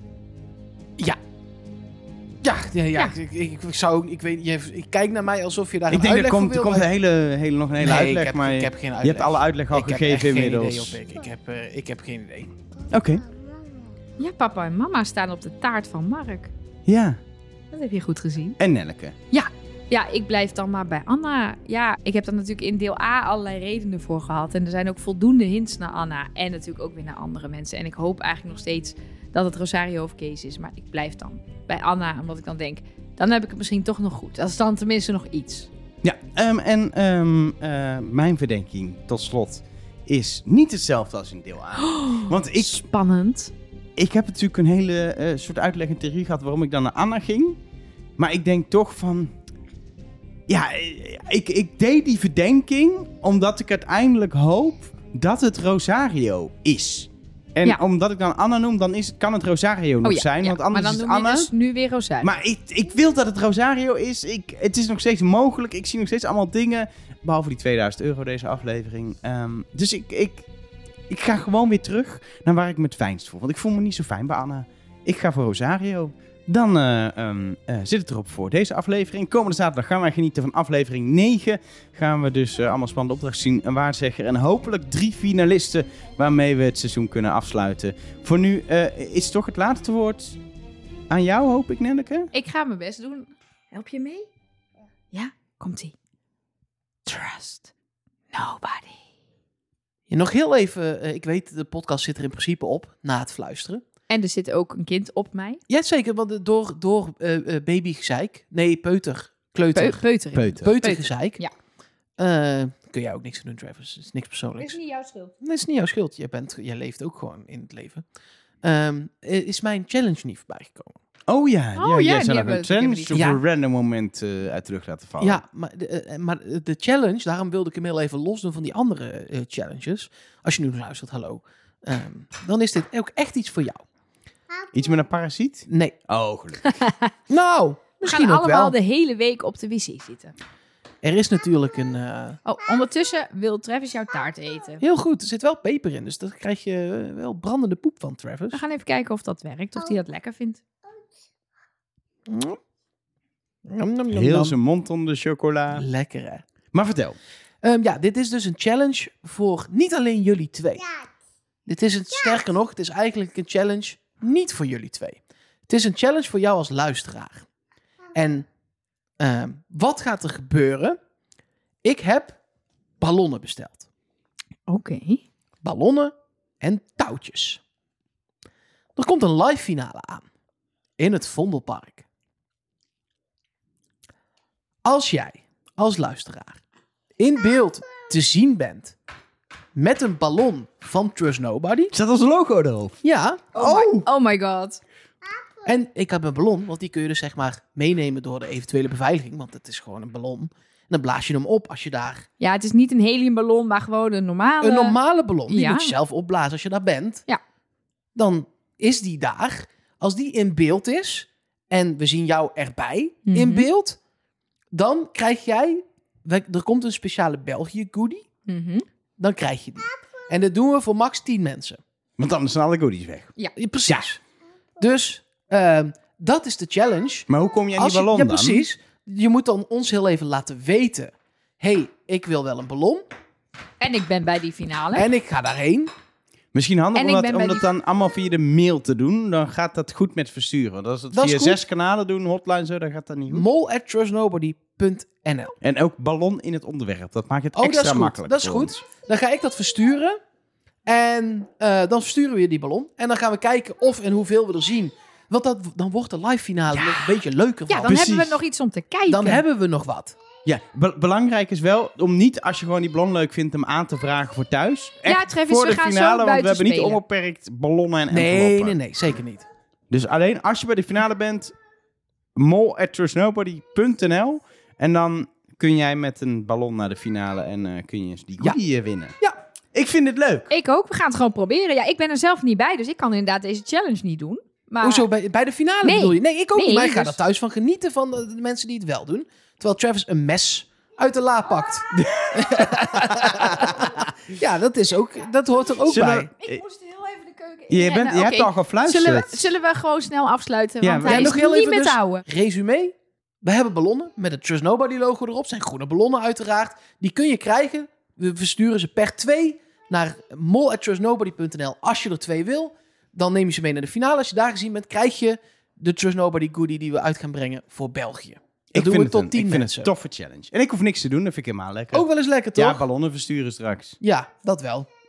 Ja. Ja, ja, ja, Ja. Ik, ik, ik zou ook, ik weet, je, ik kijk naar mij alsof je daar Ik een denk, er uitleg komt, voor er wil. komt een hele, hele, nog een hele Nee, uitleg, ik heb, maar ik heb geen uitleg. je hebt alle uitleg al ik gegeven heb echt geen inmiddels. idee, Job. ik, heb, uh, ik heb geen idee. Oké, okay. Ja, papa en mama staan op de taart van Mark. Ja. Dat heb je goed gezien. En Nelleke. Ja, ik blijf dan maar bij Anna. Ja, ik heb daar natuurlijk in deel A allerlei redenen voor gehad. En er zijn ook voldoende hints naar Anna. En natuurlijk ook weer naar andere mensen. En ik hoop eigenlijk nog steeds dat het Rosario of Kees is. Maar ik blijf dan bij Anna, omdat ik dan denk... dan heb ik het misschien toch nog goed. Dat is dan tenminste nog iets. Ja, um, en um, uh, mijn verdenking tot slot is niet hetzelfde als in deel A. Want ik, Spannend. ik heb natuurlijk een hele uh, soort uitleg en theorie gehad waarom ik dan naar Anna ging. Maar ik denk toch van... Ja, ik, ik deed die verdenking omdat ik uiteindelijk hoop dat het Rosario is. En Ja. omdat ik dan Anna noem, dan is het, kan het Rosario nog Oh ja, zijn. ja. Want anders maar is dan het noem Anna. je dus nu weer Rosario. Maar ik, ik wil dat het Rosario is. Ik, het is nog steeds mogelijk. Ik zie nog steeds allemaal dingen. Behalve die tweeduizend euro deze aflevering. Um, dus ik, ik, ik ga gewoon weer terug naar waar ik me het fijnst voel. Want ik voel me niet zo fijn bij Anna. Ik ga voor Rosario. Dan uh, um, uh, zit het erop voor deze aflevering. Komende zaterdag gaan wij genieten van aflevering negen. Gaan we dus uh, allemaal spannende opdrachten zien. Een waarzegger en hopelijk drie finalisten waarmee we het seizoen kunnen afsluiten. Voor nu uh, is toch het laatste woord aan jou, hoop ik, Nelleke? Ik ga mijn best doen. Help je mee? Ja, komt-ie. Trust nobody. Ja, nog heel even, uh, ik weet, de podcast zit er in principe op na het fluisteren. En er zit ook een kind op mij. Ja, zeker, want uh, door, door uh, uh, babygezeik, nee, peuter, kleuter, Peu- peuter. Peuter. peutergezeik, Ja. uh, kun jij ook niks aan doen, Travis. Het is niks persoonlijks. niet jouw schuld. Dat is niet jouw schuld. Jij, bent, jij leeft ook gewoon in het leven. Um, is mijn challenge niet voorbij gekomen? Oh ja, Oh ja, ja, jij die zou nog hebben een we challenge natuurlijk op helemaal een random moment uh, uit de lucht laten vallen. Ja, maar de, uh, maar de challenge, daarom wilde ik hem heel even losdoen van die andere uh, challenges. Als je nu luistert, hallo. Um, dan is dit ook echt iets voor jou. Iets met een parasiet? Nee. Oh, gelukkig. Nou, We misschien gaan ook allemaal wel. de hele week op de wc zitten. Er is natuurlijk een... Uh, Oh, ondertussen wil Travis jouw taart eten. heel goed, er zit wel peper in, dus daar krijg je uh, wel brandende poep van, Travis. We gaan even kijken of dat werkt, of hij dat lekker vindt. Nom, nom, nom, Heel nom. zijn mond onder de chocola. Lekker, hè? Maar vertel. Um, ja, dit is dus een challenge voor niet alleen jullie twee. Dit is een, sterker nog, het is eigenlijk een challenge niet voor jullie twee. Het is een challenge voor jou als luisteraar. En um, wat gaat er gebeuren? Ik heb ballonnen besteld. Oké. Ballonnen en touwtjes. Er komt een live finale aan. In het Vondelpark. Als jij, als luisteraar, in beeld te zien bent met een ballon van Trust Nobody. Zat ons logo erop? Ja. Oh, my, oh my god. En ik heb een ballon, want die kun je dus zeg maar meenemen door de eventuele beveiliging. Want het is gewoon een ballon. En dan blaas je hem op als je daar... Ja, het is niet een heliumballon, maar gewoon een normale... Een normale ballon, die Ja. moet je zelf opblazen als je daar bent. Ja. Dan is die daar. Als die in beeld is en we zien jou erbij Mhm. in beeld, dan krijg jij... Er komt een speciale België goodie. Mhm. Dan krijg je die. En dat doen we voor max tien mensen. Want anders zijn alle goodies weg. Ja, precies. Dus uh, dat is de challenge. Maar hoe kom je aan Als die je- ballon ja, dan? precies. Je moet dan ons heel even laten weten. hey, ik wil wel een ballon. En ik ben bij die finale. En ik ga daarheen. Misschien handig En om ik dat, ben om bij dat die- dan allemaal via de mail te doen. Dan gaat dat goed met versturen. Want als het Dat is via goed. zes kanalen doen, hotline zo, dan gaat dat niet goed. mol at trust nobody punt n l. En ook ballon in het onderwerp. Dat maakt het Oh, extra dat is goed. makkelijk Dat is voor goed. ons. Dan ga ik dat versturen. En uh, dan versturen we je die ballon. En dan gaan we kijken of en hoeveel we er zien. Want dat, dan wordt de live finale nog een beetje leuker ja, van. dan Precies. hebben we nog iets om te kijken. Dan hebben we nog wat. Ja, be- belangrijk is wel om niet, als je gewoon die ballon leuk vindt, hem aan te vragen voor thuis. Echt Ja, Travis, voor we de gaan zo finale, want we buiten hebben niet spelen. onbeperkt ballonnen en Nee, enveloppen. nee, nee. Zeker niet. Dus alleen als je bij de finale bent, mol at trust nobody punt n l en dan kun jij met een ballon naar de finale en uh, kun je die Ja. goodie winnen. Ja. Ik vind het leuk. Ik ook. We gaan het gewoon proberen. Ja, ik ben er zelf niet bij, dus ik kan inderdaad deze challenge niet doen. Maar... Hoezo, bij, bij de finale Nee. bedoel je? Nee, ik ook Nee, niet. Maar ik ga dus- er thuis van genieten van de, de mensen die het wel doen. Terwijl Travis een mes uit de la pakt. Ja, dat is ook, dat hoort er ook Zullen bij. we- Ik moest heel even de keuken Je, inrennen. bent, je hebt Oké. al gefluisterd. Zullen we, zullen we gewoon snel afsluiten? Ja, Want we- hij Ja, is nog heel niet even met dus. houden. Resume. We hebben ballonnen met het Trust Nobody logo erop. Zijn groene ballonnen uiteraard. Die kun je krijgen. We versturen ze per twee naar mol at trust nobody punt n l als je er twee wil. Dan neem je ze mee naar de finale. Als je daar gezien bent, krijg je de Trust Nobody goodie die we uit gaan brengen voor België. Dat ik doen vind we het tot een, tien ik vind mensen. het een toffe challenge. En ik hoef niks te doen, dat vind ik helemaal lekker. Ook wel eens lekker, toch? Ja, ballonnen versturen straks. Ja, dat wel.